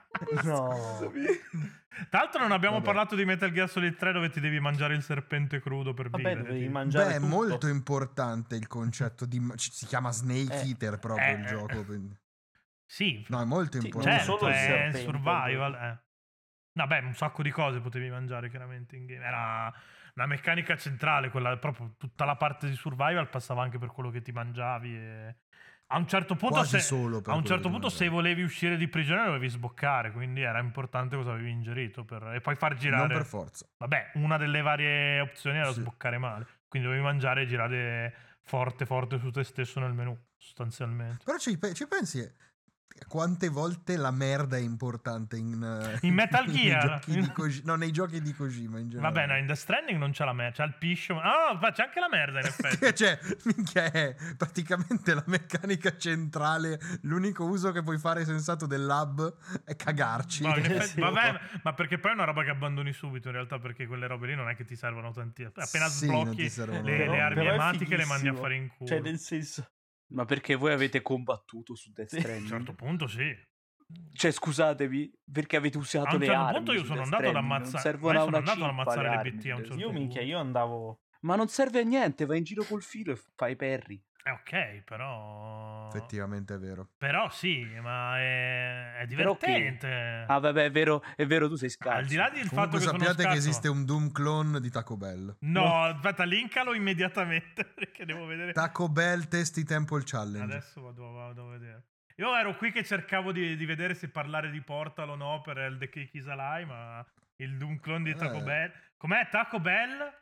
No.
Tra l'altro non abbiamo
Vabbè.
parlato di Metal Gear Solid 3 dove ti devi mangiare il serpente crudo per
Vabbè,
vivere.
dovevi
tipo.
mangiare
Beh, è
tutto.
molto importante il concetto di... si chiama Snake Eater proprio il gioco. quindi-
Sì,
No, è molto
Sì,
importante.
certo,
solo il
è
serpente,
survival. Vabbè, un sacco di cose potevi mangiare chiaramente in game. Era una meccanica centrale, quella proprio tutta la parte di survival passava anche per quello che ti mangiavi. E... A un certo punto,
Quasi solo per
a un
quello
certo
che
punto se
mangiavi.
volevi uscire di prigione dovevi sboccare, quindi era importante cosa avevi ingerito e poi far girare.
Non per forza.
Vabbè, una delle varie opzioni era
Sì.
sboccare male, quindi dovevi mangiare e girare forte su te stesso nel menu, sostanzialmente.
Però ci pensi quante volte la merda è importante in
Metal
nei
Gear?
giochi di Kojima, nei giochi di Kojima in generale.
Vabbè, no, in Death Stranding non c'è la merda, c'è il piscio. Ah, no, c'è anche la merda in effetti.
Cioè, minchia, è praticamente la meccanica centrale. L'unico uso che puoi fare sensato del lab è cagarci.
No, in effetti,
Sì.
vabbè, ma perché poi è una roba che abbandoni subito in realtà, perché quelle robe lì non è che ti servono tanti. Appena
Sì, non
sblocchi
ti servono.
le armi
Però è
ematiche le mandi a
fighissimo.
fare in culo.
Cioè, nel senso...
Ma perché voi avete combattuto su Death
Sì.
A un
Stranding?
certo punto sì.
Cioè, scusatevi, perché avete usato
A un
le
certo
armi
punto io
su
sono
Death
andato ad
Stranding? Non
ammazzare.
servono
Ma
a
io sono
una
andato ad
cippa
ammazzare le
armi
BT
di
a un
Death
certo
Io,
punto.
minchia, io andavo...
Ma non serve a niente, vai in giro col filo e fai perri.
Ok, però.
Effettivamente è vero.
Però sì, ma è
Però che-
divertente.
Ah, vabbè, è vero, tu sei scarso.
Al di là del fatto
Comunque
che sono
sappiate che
scarso.
esiste un Doom clone di Taco Bell.
No, aspetta, linkalo immediatamente perché devo vedere.
Taco Bell Tasty Temple Challenge.
Adesso vado a vedere. Io ero qui che cercavo di vedere se parlare di Portal o no per il The Cake is Alive, ma il Doom clone di Taco Bell. Com'è Taco Bell?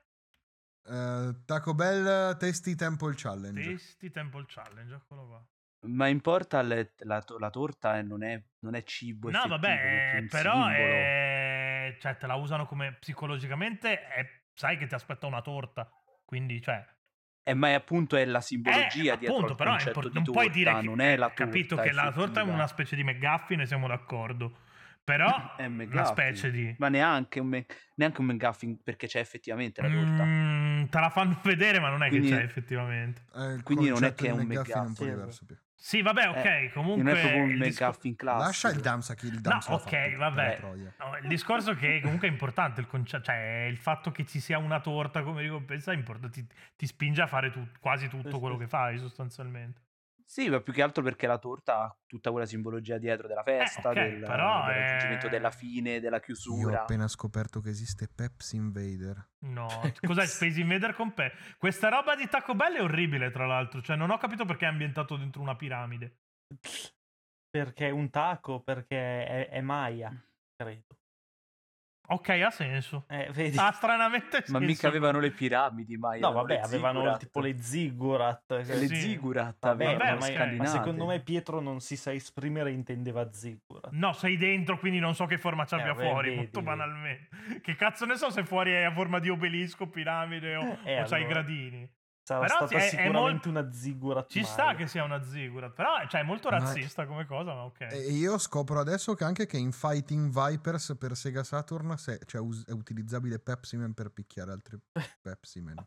Taco Bell Tasty Temple Challenge.
Tasty Temple Challenge, eccolo qua.
Ma in Portal la torta non è cibo
No,
effettivo, perché è
vabbè,
un
però
simbolo.
cioè, te la usano come psicologicamente, sai che ti aspetta una torta, quindi, cioè...
Ma è appunto è la simbologia dietro
appunto,
al
però
concetto di
non
torta,
puoi dire che,
non è la torta
capito che la torta è
effettiva.
una specie di McGuffin, ne siamo d'accordo, però
È
una
McGuffin.
specie di...
Ma neanche un McGuffin, perché c'è effettivamente la torta.
Te la fanno vedere, ma non è
Quindi-
che c'è effettivamente.
Il
Quindi non è
concetto
che è
di
un
McGuffin è un po'
McGuffin.
diverso più.
Sì, vabbè, ok, comunque...
non è proprio un
il
McGuffin classico.
Lascia il Damsa che il Damsa
No,
l'ha
ok,
fatto,
vabbè.
la troia.
No, il discorso che comunque è importante, il concetto, cioè il fatto che ci sia una torta come ricompensa è importante, ti spinge a fare quasi tutto quello che fai sostanzialmente.
Sì, ma più che altro perché la torta ha tutta quella simbologia dietro della festa,
ok,
del
però
raggiungimento della fine, della
Io ho
chiusura.
appena scoperto che esiste Pepsi Invader.
No, cos'è Space Invader con Questa roba di Taco Bell è orribile, tra l'altro, cioè non ho capito perché è ambientato dentro una piramide.
Perché è un taco, perché è Maya, credo.
Ok, ha senso.
Vedi?
Ha stranamente
Ma
senso.
mica avevano le piramidi, mai.
No,
avevano
vabbè,
le
avevano
ziggurat.
tipo le ziggurat.
Le
Sì.
ziggurat
Vabbè,
avevano
ok.
ma
scalinate.
secondo me Pietro non si sa esprimere, intendeva ziggurat.
No, sei dentro, quindi non so che forma ci abbia
vabbè,
fuori,
vedi,
molto
vedi.
banalmente. Che cazzo ne so se fuori è a forma di obelisco, piramide o c'ha i
allora.
gradini.
Sarà
Però
stata
è
sicuramente
molto-
una ziggurat.
Ci sta che sia una ziggurat, però cioè, è molto
Ma-
razzista come cosa, ma ok.
E io scopro adesso che anche che in Fighting Vipers per Sega Saturn è utilizzabile Pepsi Man per picchiare altri Pepsi Man.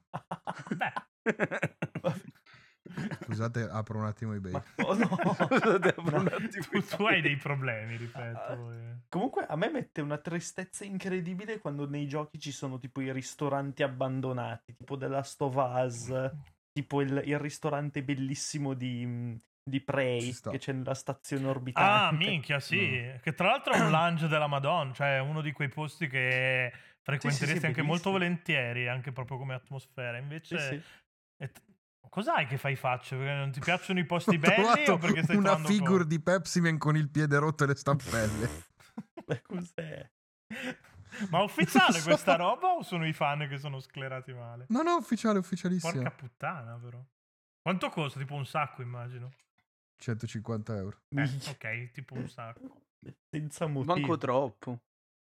Beh,
Scusate, apro un attimo i
Ma-
bait.
oh, no.
Scusate, apro un attimo.
tu hai dei problemi, ripeto.
Comunque a me mette una tristezza incredibile quando nei giochi ci sono tipo i ristoranti abbandonati, tipo The Last of Us, tipo il ristorante bellissimo di Prey
Ci sta.
che c'è nella stazione orbitante.
Ah, minchia, sì. Che tra l'altro è un lounge della Madonna, cioè uno di quei posti che frequenteresti
sì,
anche molto
bellissimo.
volentieri, anche proprio come atmosfera. Invece,
Sì, sì.
cos'hai che fai facce? Perché non ti piacciono i posti
Ho
belli
trovato
o perché stai
una
trovando
figure
cose?
di Pepsi Man con il piede rotto e le stampelle.
Beh, cos'è?
Ma ufficiale
Non so.
questa roba o sono i fan che sono sclerati male?
No, ufficiale, ufficialissimo.
Porca puttana, però. Quanto costa? Tipo un sacco, immagino.
150 euro.
Ok, tipo un sacco.
Senza motivo.
Manco troppo.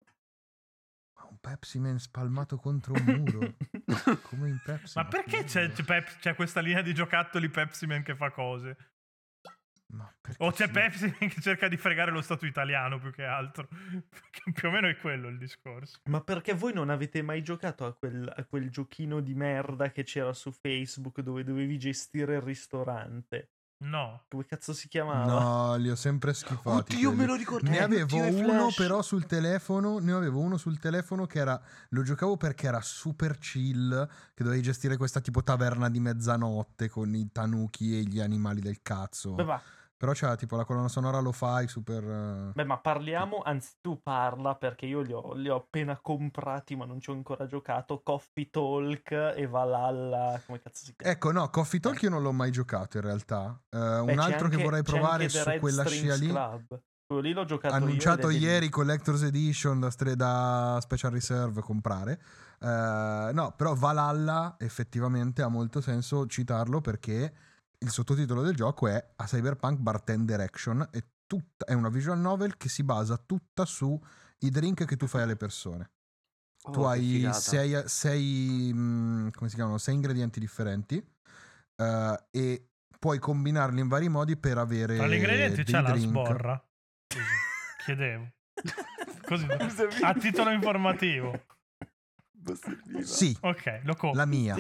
Ma un Pepsi Man spalmato contro un muro. Come in Pepsi.
Ma perché c'è questa linea di giocattoli Pepsi Man che fa cose?
Ma perché
O c'è
sì.
Pepsi Man che cerca di fregare lo Stato italiano più che altro? Perché più o meno è quello il discorso.
Ma perché voi non avete mai giocato a quel giochino di merda che c'era su Facebook dove dovevi gestire il ristorante?
No.
Come cazzo si chiamava?
No, li ho sempre schifati.
Oddio, me
quelli.
lo ricordo.
Ne avevo
Oddio, i
uno
Flash.
però sul telefono. Ne avevo uno sul telefono che era. Lo giocavo perché era super chill. Che dovevi gestire questa tipo taverna di mezzanotte con i tanuki e gli animali del cazzo.
Beh,
Però c'era tipo la colonna sonora lo fai super.
ma parliamo, anzi tu parla perché io li ho appena comprati ma non ci ho ancora giocato. Coffee Talk e Valhalla, come cazzo si chiama?
Ecco, no, Coffee Talk io non l'ho mai giocato in realtà.
Beh,
Un
c'è
altro che
anche-
vorrei
c'è
provare
anche The
su
Red
quella
Strings
scia lì.
Club. Quello lì l'ho giocato
Annunciato
io ed è
ieri Collector's Edition da Special Reserve comprare. No, però Valhalla effettivamente ha molto senso citarlo perché il sottotitolo del gioco è A Cyberpunk Bartender Action e è una visual novel che si basa tutta su i drink che tu fai alle persone.
Oh,
Tu
che
hai
figata.
sei come si chiamano? 6 ingredienti differenti e puoi combinarli in vari modi per avere
Tra gli ingredienti
dei
c'è la
drink.
sborra. Scusa, chiedevo. Così,
Scusami.
a titolo informativo.
Sì,
Ok, lo compro.
la mia.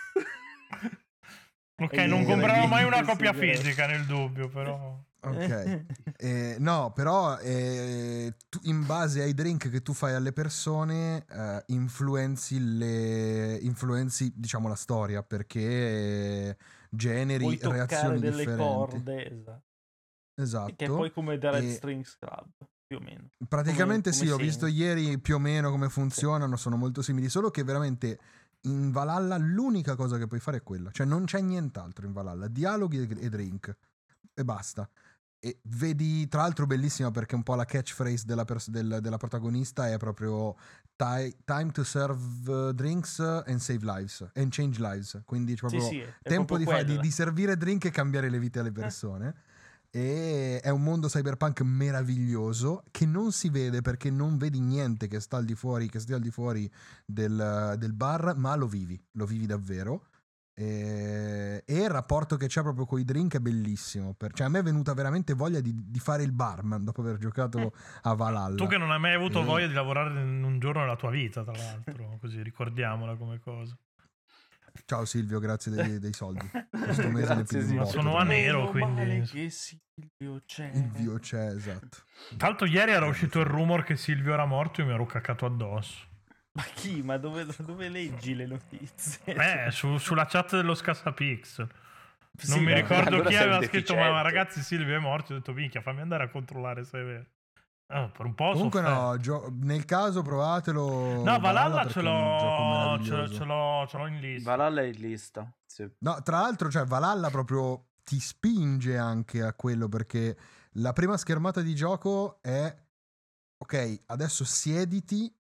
Ok,
E
non
gli
comprerò mai una
ingredienti
copia
segreti.
fisica nel dubbio, però.
Ok. No, però in base ai drink che tu fai alle persone influenzi diciamo la storia perché generi
Puoi toccare
reazioni
delle
differenti.
corde, esatto.
Esatto.
Che è poi come The Red
E-
Strings Club, più o meno.
Praticamente
come
sì, ho
segni.
visto ieri più o meno come funzionano, sono molto simili, solo che veramente in Valhalla l'unica cosa che puoi fare è quella, cioè non c'è nient'altro in Valhalla, dialoghi e drink e basta. E vedi, tra l'altro bellissima perché un po' la catchphrase della protagonista è proprio time to serve drinks and save lives and change lives, quindi c'è
Sì,
proprio
sì, è
tempo
proprio
di
quella.
servire drink e cambiare le vite alle persone. E è un mondo cyberpunk meraviglioso che non si vede perché non vedi niente che stia al di fuori del bar, ma lo vivi davvero. E il rapporto che c'è proprio con i drink è bellissimo. Cioè, a me è venuta veramente voglia di fare il barman dopo aver giocato a Valhalla.
Tu che non hai mai avuto voglia di lavorare in un giorno nella tua vita, tra l'altro, così ricordiamola come cosa.
Ciao Silvio, grazie dei soldi. Questo mese ne
Grazie,
pigli un
Silvio.
Ma
botto.
sono a nero,
Meno
quindi.
male che Silvio c'è.
Il Vio c'è, esatto.
Tra l'altro ieri era uscito il rumor che Silvio era morto e mi ero caccato addosso.
Ma chi? Ma dove leggi le notizie?
Sulla chat dello Scassapix. Non
Sì,
mi
ma
ricordo
allora
chi
sei un
aveva scritto, ma
deficiente.
ragazzi Silvio è morto. Ho detto, minchia, fammi andare a controllare se è vero. Per un po'
Comunque
sofferto.
no, nel caso provatelo.
No, Valhalla
perché
ce
è un gioco
l'ho,
meraviglioso.
ce l'ho in lista.
Valhalla è in lista. Sì.
No, tra l'altro, cioè, Valhalla proprio ti spinge anche a quello perché la prima schermata di gioco è ok, adesso siediti,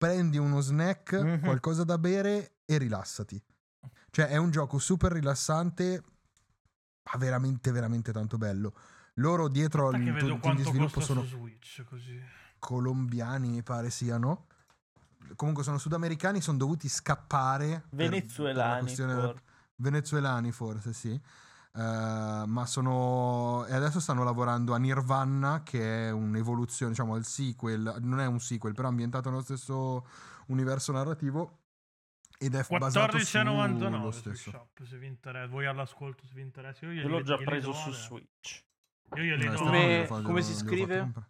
prendi uno snack,
Mhm.
qualcosa da bere e rilassati. Cioè è un gioco super rilassante, ma veramente veramente tanto bello. Loro dietro
Aspetta che
al
vedo
team di
quanto
sviluppo
costa
sono
su Switch, così.
colombiani, mi pare siano. Comunque sono sudamericani, sono dovuti scappare per la
Venezuelani,
questione
forse.
venezuelani forse, sì. Ma sono e adesso stanno lavorando a Nirvana, che è un'evoluzione, diciamo il sequel, non è un sequel, però ambientato nello stesso universo narrativo ed è basato sullo
14,99 su
stesso.
Shop, se vi interessa. Voi all'ascolto, se vi interessa. Io
Io l'ho già
glieli
preso
do
su
adesso.
Switch.
Io glieli do.
Stefano glielo
Come,
fa-
come si
glielo- glielo ho fatto
scrive?
comprare.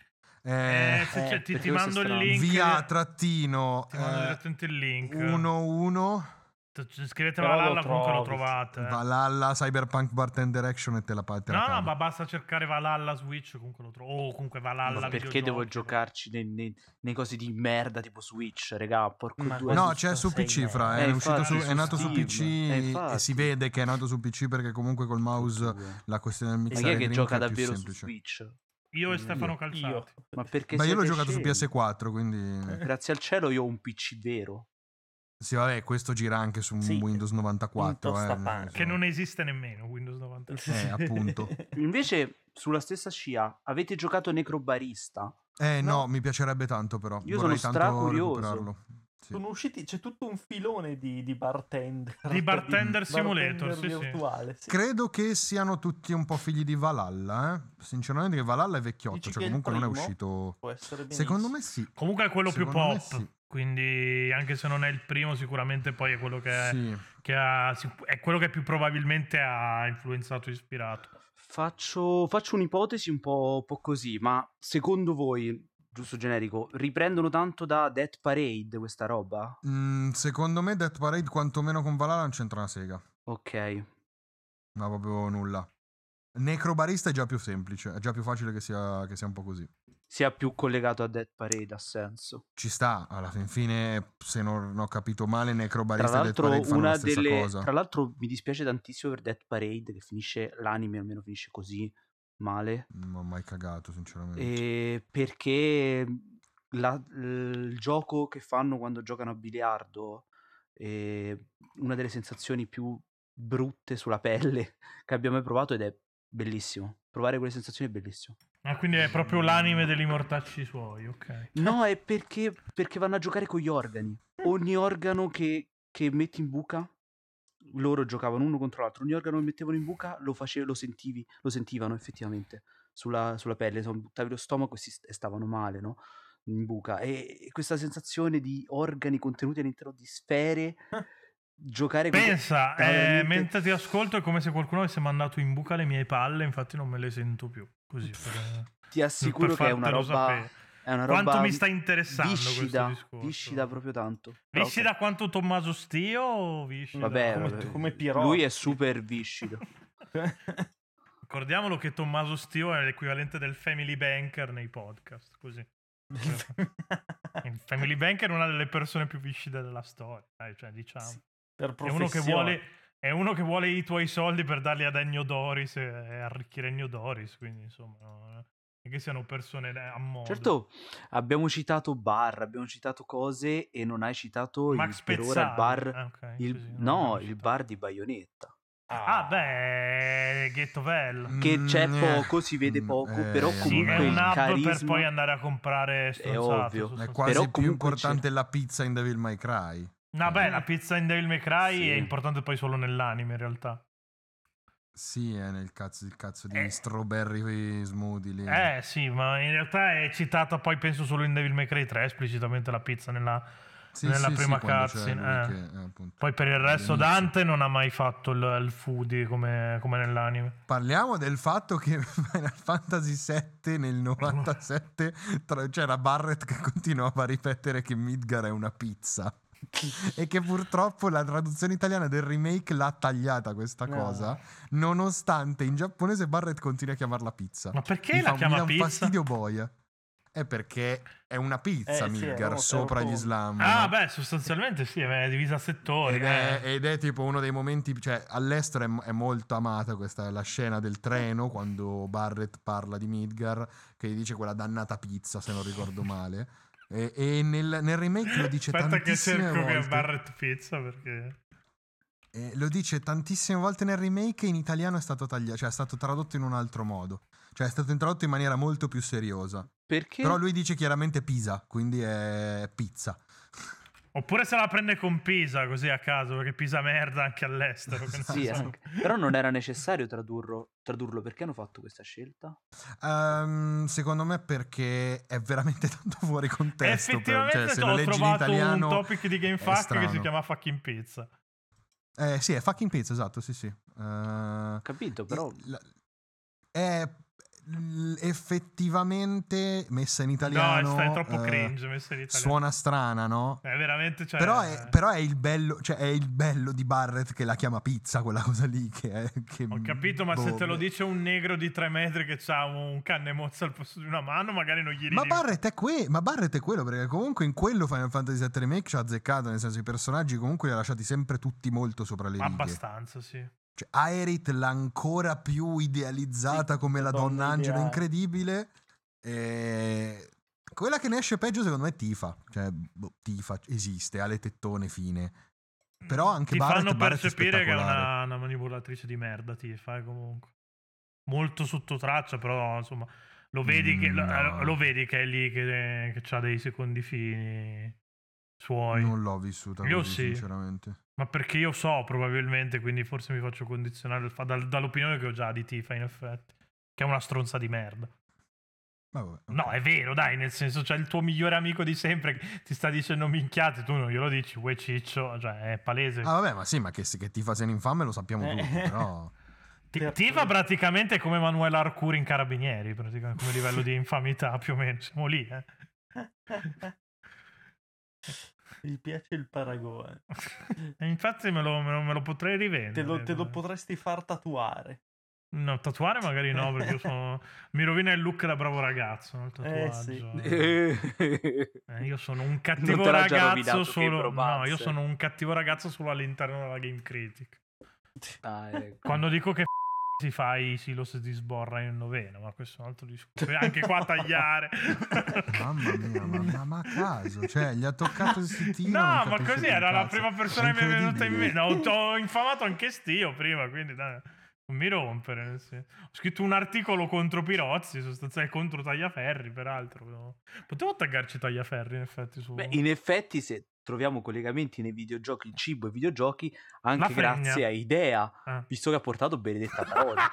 Ti
perché questo è
mando il
strano.
link.
Via trattino
Ti mando direttamente il link.
11
Scrivete
Però lo
Valhalla, comunque lo
trovi.
trovate.
Valhalla Cyberpunk Bartender Action e te la
No,
cavi.
no, ma basta cercare Valhalla Switch, comunque lo trovo. O comunque Valhalla
Ma perché
videogiochi.
devo giocarci nei cosi di merda tipo Switch, regà? Porco
Ma
due.
No,
Quasi
c'è su
sei
PC, fra.
merda.
È, uscito
infatti,
è nato su
Steam.
PC
infatti.
e si vede che è nato su PC perché comunque col mouse
Due.
la questione del
Ma chi
mixare
è che
drink
gioca
è più
davvero su
semplice.
Switch?
Io e Stefano
Io.
Calzati.
Ma perché
Beh, io l'ho
siete
giocato su
scemi?
PS4, quindi
Grazie al cielo io ho un PC vero.
sì, vabbè, questo gira anche su un
Sì,
Windows 94,
un
nel
tostapane.
senso-
Che non esiste nemmeno Windows 90.
appunto.
Invece, sulla stessa scia, avete giocato Necrobarista?
No, mi piacerebbe tanto però.
Io
Vorrei
sono
tanto
stracurioso.
recuperarlo. Sì.
Sono usciti, c'è tutto un filone di bartender.
Di bartender simulator,
bartender
sì, sì.
virtuale. Sì.
Credo che siano tutti un po' figli di Valhalla, Sinceramente che Valhalla è vecchiotto,
Dici
cioè
che il
comunque non è
primo
uscito.
Può essere
Secondo
benissimo.
me sì.
Comunque è quello più
Secondo me
pop.
sì.
Quindi, anche se non è il primo, sicuramente poi è quello
Sì.
è quello che più probabilmente ha influenzato e ispirato.
Faccio un'ipotesi un po' così, ma secondo voi, giusto generico, riprendono tanto da Death Parade questa roba?
Secondo me Death Parade quantomeno con Valhalla non c'entra una sega.
Ok.
Ma proprio nulla. Necrobarista è già più semplice, è già più facile che sia un po' così.
Sia più collegato a Death Parade, ha senso.
Ci sta, alla fin fine, se non ho capito male,
Tra
Necrobarista e Death
l'altro,
Parade fanno la stessa cosa.
Tra l'altro mi dispiace tantissimo per Death Parade, che finisce l'anime, almeno finisce così male.
Non ho mai cagato, sinceramente.
Perché il gioco che fanno quando giocano a biliardo è una delle sensazioni più brutte sulla pelle che abbiamo mai provato ed è bellissimo. Provare quelle sensazioni è bellissimo.
Ah, quindi è proprio l'anime degli mortacci suoi, ok.
No, è perché vanno a giocare con gli organi. Ogni organo che metti in buca, loro giocavano uno contro l'altro. Ogni organo che mettevano in buca lo sentivano effettivamente sulla pelle. Insomma, buttavi lo stomaco e stavano male, no? In buca. E questa sensazione di organi contenuti all'interno di sfere, giocare con...
Pensa,
veramente-
mentre ti ascolto è come se qualcuno avesse mandato in buca le mie palle, infatti non me le sento più. Così,
Ti assicuro che è una
fartelo
roba...
sapere.
È una roba
Quanto mi sta interessando
viscida,
questo discorso.
viscida proprio tanto. Però,
Viscida quanto Tommaso Stio o viscida?
Vabbè,
come Pirotti.
lui è super viscido.
Ricordiamolo che Tommaso Stio è l'equivalente del Family Banker nei podcast, così. Il Family Banker è una delle persone più viscide della storia, cioè diciamo.
Sì, per
È uno, che
professione.
vuole, i tuoi soldi per darli ad Ennio Doris e arricchire Ennio Doris, quindi insomma non è che siano persone a modo.
Certo, abbiamo citato bar, abbiamo citato cose e non hai citato
Max
per ora il bar,
Pezzali. Ok,
il-
sì, sì, non
no,
l'abbiamo
il
citato.
bar di Bayonetta.
Ah, beh, Ghetto Vel.
Che c'è poco, si vede poco, però
Sì,
comunque
è
il
un hub
carisma...
per poi andare a comprare stronzate.
ovvio.
È
sostanzialmente.
quasi
Però
più
comunque
importante la pizza in Devil May Cry.
Vabbè, la pizza in Devil May Cry
Sì.
è importante poi solo nell'anime in realtà.
Sì, è nel cazzo di strawberry smoothie lì.
Sì, ma in realtà è citata poi penso solo in Devil May Cry 3 esplicitamente la pizza nella
Sì,
prima
quando c'è
cutscene.
lui che, appunto,
Poi per il resto
all'inizio.
Dante non ha mai fatto il foodie come nell'anime.
Parliamo del fatto che Final Fantasy VII nel 97 c'era Barrett che continuava a ripetere che Midgar è una pizza e che purtroppo la traduzione italiana del remake l'ha tagliata questa
No.
cosa, nonostante in giapponese Barrett continua a chiamarla pizza.
Ma perché
Mi
la
mi
chiama
dà un
pizza?
fastidio boia. È perché è una pizza
sì,
Midgar
è
sopra gli
rotondo.
slam.
Ah,
no?
beh, sostanzialmente sì, è divisa a settori.
Ed è tipo uno dei momenti, cioè all'estero è molto amata questa, la scena del treno quando Barrett parla di Midgar che gli dice quella dannata pizza se non ricordo male E nel remake lo dice
Aspetta che
tantissime
cerco che è
volte.
Barrett Pizza perché...
Lo dice tantissime volte nel remake e in italiano è stato tagliato, cioè è stato tradotto in un altro modo. Cioè è stato introdotto in maniera molto più seriosa.
Perché?
Però lui dice chiaramente Pisa, quindi è pizza.
Oppure se la prende con Pisa così a caso, perché Pisa merda anche all'estero. Che non
Sì,
so.
anche. Però non era necessario tradurlo. Perché hanno fatto questa scelta?
Secondo me perché è veramente tanto fuori contesto.
Effettivamente
cioè, se lo
ho
leggi in
trovato
italiano
un topic di
è
GameFAQ che si
strano.
chiama Fucking Pizza.
Sì, è fucking pizza, esatto, sì, sì.
Capito, però...
È effettivamente messa in italiano.
No, è troppo cringe messa in italiano.
Suona strana, no?
È veramente, cioè...
Però è il bello, cioè è il bello di Barrett che la chiama pizza, quella cosa lì che
Ho capito, ma se te lo dice un negro di 3 metri che ha un canne mozza al posto di una mano, magari non gli ridi.
Ma Barrett è quello, perché comunque in quello Final Fantasy VII Remake ci ha azzeccato, nel senso i personaggi comunque li ha lasciati sempre tutti molto sopra le righe.
Abbastanza, sì.
Cioè, Aerith l'ha ancora più idealizzata come la donna angelo incredibile. Quella che ne esce peggio secondo me è Tifa. Cioè, Tifa esiste, ha le tettone fine. Però anche
ti
Barrett,
fanno
Barrett
percepire che è
spettacolare.
una manipolatrice di merda, Tifa, comunque. Molto sotto traccia, però insomma lo vedi che
No.
lo vedi che è lì che ha dei secondi fini suoi.
Non l'ho vissuta
Io
così,
sì.
sinceramente.
Ma perché io so probabilmente, quindi forse mi faccio condizionare dall'opinione che ho già di Tifa, in effetti, che è una stronza di merda.
Vabbè, okay.
No, è vero, dai, nel senso, c'è il tuo migliore amico di sempre che ti sta dicendo minchiate, tu non glielo dici, uè ciccio, cioè è palese.
Ah vabbè, ma sì, ma che Tifa sia un infame lo sappiamo tutti, però...
Tifa praticamente è come Manuela Arcuri in Carabinieri, praticamente come livello di infamità, più o meno, siamo lì,
Mi piace il paragone.
E infatti me lo potrei rivendere.
Te lo potresti far tatuare.
No, tatuare magari no, perché mi rovina il look da bravo ragazzo, no, il tatuaggio. Io sono un cattivo ragazzo solo... No, io sono un cattivo ragazzo solo all'interno della Game Critic.
Ecco.
Quando dico che si fa i silos di sborra in novena, ma questo è un altro discorso. Anche qua tagliare.
Mamma mia, ma a caso, cioè gli ha toccato il sitino.
No, ma così era la prima persona che mi è venuta in mente. Ho infamato anche Stio prima, quindi dai, non mi rompere. Ho scritto un articolo contro Pirozzi, sostanzialmente contro Tagliaferri, peraltro. Potevo taggarci Tagliaferri, in effetti.
Beh, in effetti, se troviamo collegamenti nei videogiochi, il cibo e videogiochi, anche grazie a Idea, visto che ha portato Benedetta Parodi.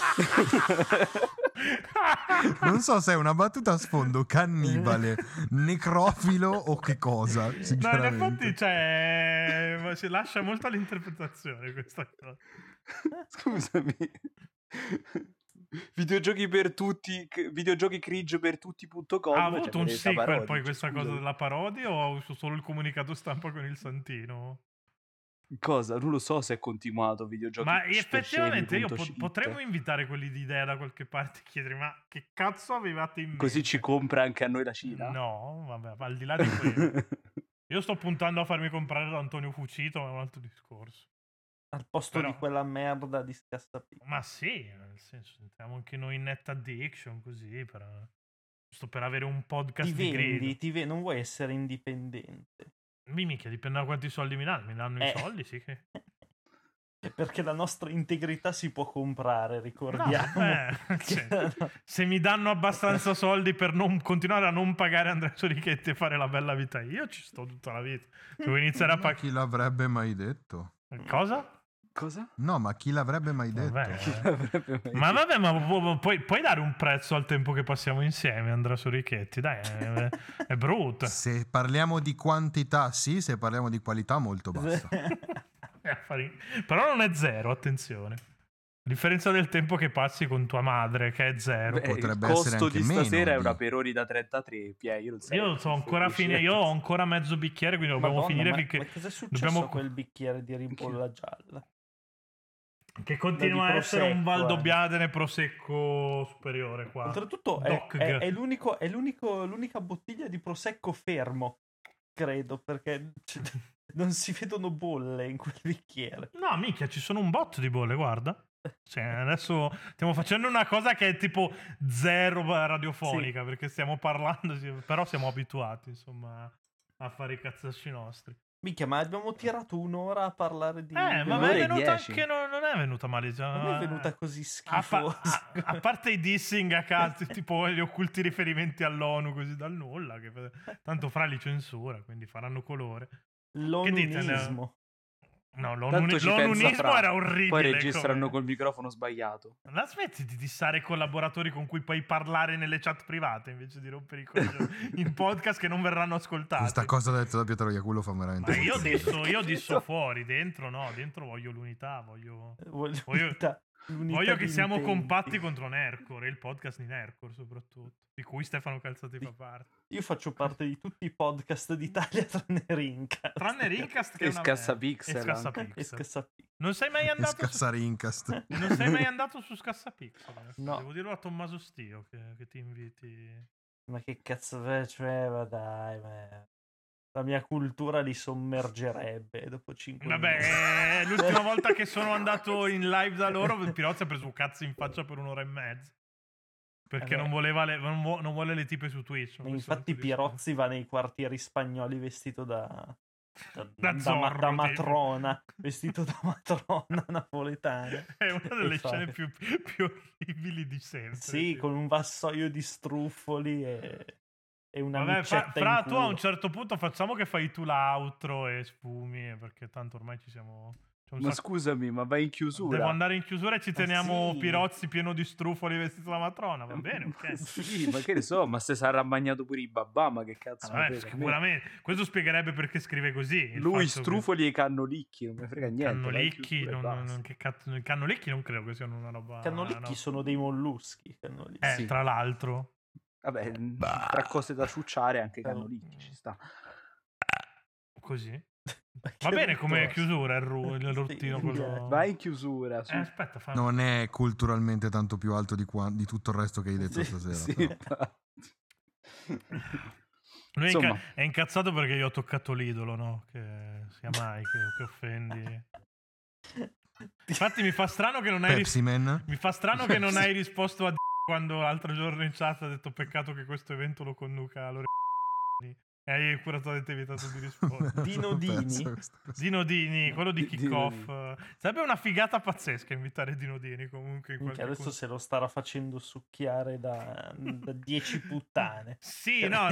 Non so se è una battuta a sfondo cannibale, necrofilo o che cosa, sinceramente.
No, in effetti, cioè, si lascia molto all'interpretazione questa cosa.
Scusami. Videogiochi per tutti, videogiochi cringe per tutti.com.
Ha avuto un sequel
Parodi,
poi questa cosa della parodia o ha avuto solo il comunicato stampa con il santino?
Cosa? Non lo so se è continuato videogiochi.
Ma effettivamente io potremmo invitare quelli di Idea da qualche parte e chiedere ma che cazzo avevate in mente?
Così ci compra anche a noi la Cina?
No, vabbè, al di là di quello. Io sto puntando a farmi comprare da Antonio Fucito, ma è un altro discorso.
Al posto di quella merda di Scassapizza.
Ma sì, nel senso, entriamo anche noi in Net Addiction, così, giusto per avere un podcast di grido.
Non vuoi essere indipendente.
Mica, dipende da quanti soldi mi danno i soldi, sì che...
Perché la nostra integrità si può comprare, ricordiamo.
Se mi danno abbastanza soldi per non continuare a non pagare Andrea Sorichetti e fare la bella vita, io ci sto tutta la vita. Devo iniziare a pagare.
Chi l'avrebbe mai detto?
Cosa?
Cosa?
No, ma chi l'avrebbe mai detto?
Ma vabbè, ma puoi dare un prezzo al tempo che passiamo insieme, Andrea Sorichetti? Dai, è brutto.
Se parliamo di quantità, sì, se parliamo di qualità, molto bassa.
Però non è zero, attenzione. A differenza del tempo che passi con tua madre, che è zero.
Potrebbe
il
essere
costo
anche
di stasera
meno
è una Peroni da 33. Io
sono ancora io ho ancora mezzo bicchiere, quindi dobbiamo finire finché.
Ma cosa è successo a quel bicchiere di rimpolla gialla?
Che continua a essere un Valdobbiadene prosecco superiore qua.
Oltretutto è l'unica bottiglia di prosecco fermo, credo, perché non si vedono bolle in quel bicchiere.
No, minchia, ci sono un botto di bolle, guarda. Cioè, adesso stiamo facendo una cosa che è tipo zero radiofonica, perché stiamo parlando, però siamo abituati, insomma, a fare i cazzacci nostri.
Minchia, ma abbiamo tirato un'ora a parlare di...
Ma è
un'ora e
venuta
10.
anche, non è venuta male già.
Non è venuta così
A,
schifosa.
a parte i dissing a caso, tipo gli occulti riferimenti all'ONU così dal nulla, che tanto Fra li censura, quindi faranno colore.
L'onunismo.
No,
Tanto ci pensa
l'onunismo
Fra,
era orribile.
poi registrano
come...
col microfono sbagliato.
La smetti di dissare i collaboratori con cui puoi parlare nelle chat private invece di rompere i coglioni in podcast che non verranno ascoltati.
Questa cosa detta da Pietro Iacullo fa veramente.
Ma io disso fuori, dentro no, dentro voglio l'unità, voglio che siamo compatti contro Nercor e il podcast di Nercor soprattutto, di cui Stefano Calzati fa parte.
Io faccio parte di tutti i podcast d'Italia tranne Rincast.
Tranne Rincast che
E
è una
Scassapixel
merda.
anche.
Scassapixel.
Non sei mai andato
Scassarincast.
non sei mai andato su Scassapixel?
No.
Devo dirlo a Tommaso Stio che ti inviti.
Ma che cazzo, cioè, ma dai, la mia cultura li sommergerebbe dopo 5 minuti.
Vabbè, l'ultima volta che sono andato in live da loro, Pirozzi ha preso un cazzo in faccia per un'ora e mezza. Perché non vuole le tipe su Twitch.
Infatti Pirozzi va nei quartieri spagnoli vestito da
Zorro,
matrona, vestito da matrona napoletana.
È una delle scene più orribili di sempre.
Sì, con un vassoio di struffoli e una micetta
Fra
in
tu
culo.
a un certo punto facciamo che fai tu l'outro e sfumi, perché tanto ormai ci siamo...
Ma scusami, ma vai in chiusura?
Devo andare in chiusura e ci teniamo
sì.
Pirozzi pieno di struffoli vestito da matrona, va bene, ok.
Sì, ma che ne so, ma se sarà bagnato pure i babà, ma che cazzo.
Vabbè, sicuramente. Questo spiegherebbe perché scrive così.
Lui struffoli e cannolicchi, non mi frega niente.
Cannolicchi, i cannolicchi non credo che siano una roba...
Cannolicchi sono dei molluschi.
Sì.
Tra l'altro.
Vabbè, tra cose da ciucciare anche i cannolicchi ci sta.
Così. Va bene come chiusura il ruttino quello...
Vai in chiusura. Su.
Aspetta,
Non è culturalmente tanto più alto di tutto il resto che hai detto stasera.
Sì,
lui
insomma.
è incazzato perché io ho toccato l'idolo, no? Che sia mai che offendi. Infatti mi fa strano che non hai
Pepsi-Man?
hai risposto a quando l'altro giorno in chat ha detto peccato che questo evento lo conduca Loredana. E hai accuratamente evitato di rispondere. Dino Dini, quello di Kickoff. Sarebbe una figata pazzesca invitare Dino Dini comunque.
Adesso se lo starà facendo succhiare da 10 puttane.
Sì, no.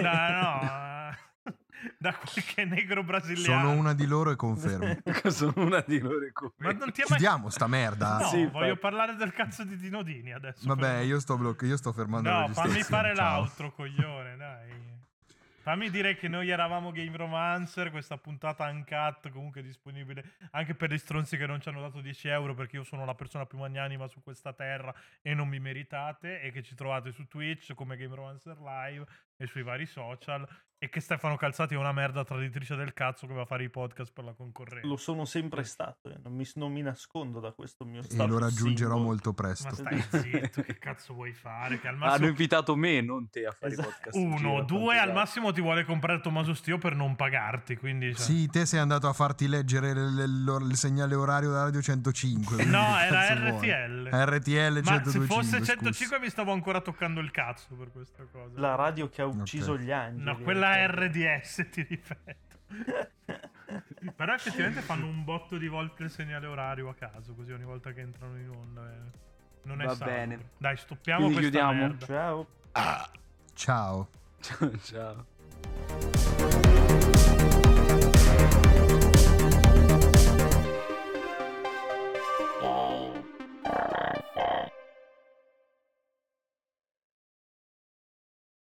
Da qualche negro brasiliano.
Sono una di loro e confermo.
Ma non ti è mai...
Chiudiamo sta merda.
No,
sì,
voglio parlare del cazzo di Dino Dini adesso.
Vabbè, io sto fermando la
No,
registrazione.
fammi fare
Ciao.
l'outro, coglione, dai. Fammi dire che noi eravamo Game Romancer, questa puntata uncut comunque disponibile anche per gli stronzi che non ci hanno dato 10 euro perché io sono la persona più magnanima su questa terra e non mi meritate, e che ci trovate su Twitch come Game Romancer Live e sui vari social, e che Stefano Calzati è una merda traditrice del cazzo che va a fare i podcast per la concorrenza.
Lo sono sempre stato, non mi nascondo da questo mio status
E lo raggiungerò
symbol.
molto presto.
Ma stai zitto, che cazzo vuoi fare? Che al
Hanno
massimo...
invitato me, non te, a fare i podcast. in giro,
1, 2,
quanto
al
pare.
massimo ti vuole comprare Tommaso Stio per non pagarti, quindi... cioè-
Sì, te sei andato a farti leggere il segnale orario da Radio 105.
No, era
cazzo vuoi?
RTL.
RTL 125.
Ma se fosse 105
scusa.
mi stavo ancora toccando il cazzo per questa cosa.
La radio che ha ucciso gli angeli.
No, quella RDS, ti ripeto. Però effettivamente fanno un botto di volte il segnale orario a caso, così ogni volta che entrano in onda. Non è
Va
salvo.
bene.
Dai, stoppiamo
Quindi
questa
chiudiamo?
merda.
Ciao.
Ciao.
Ciao.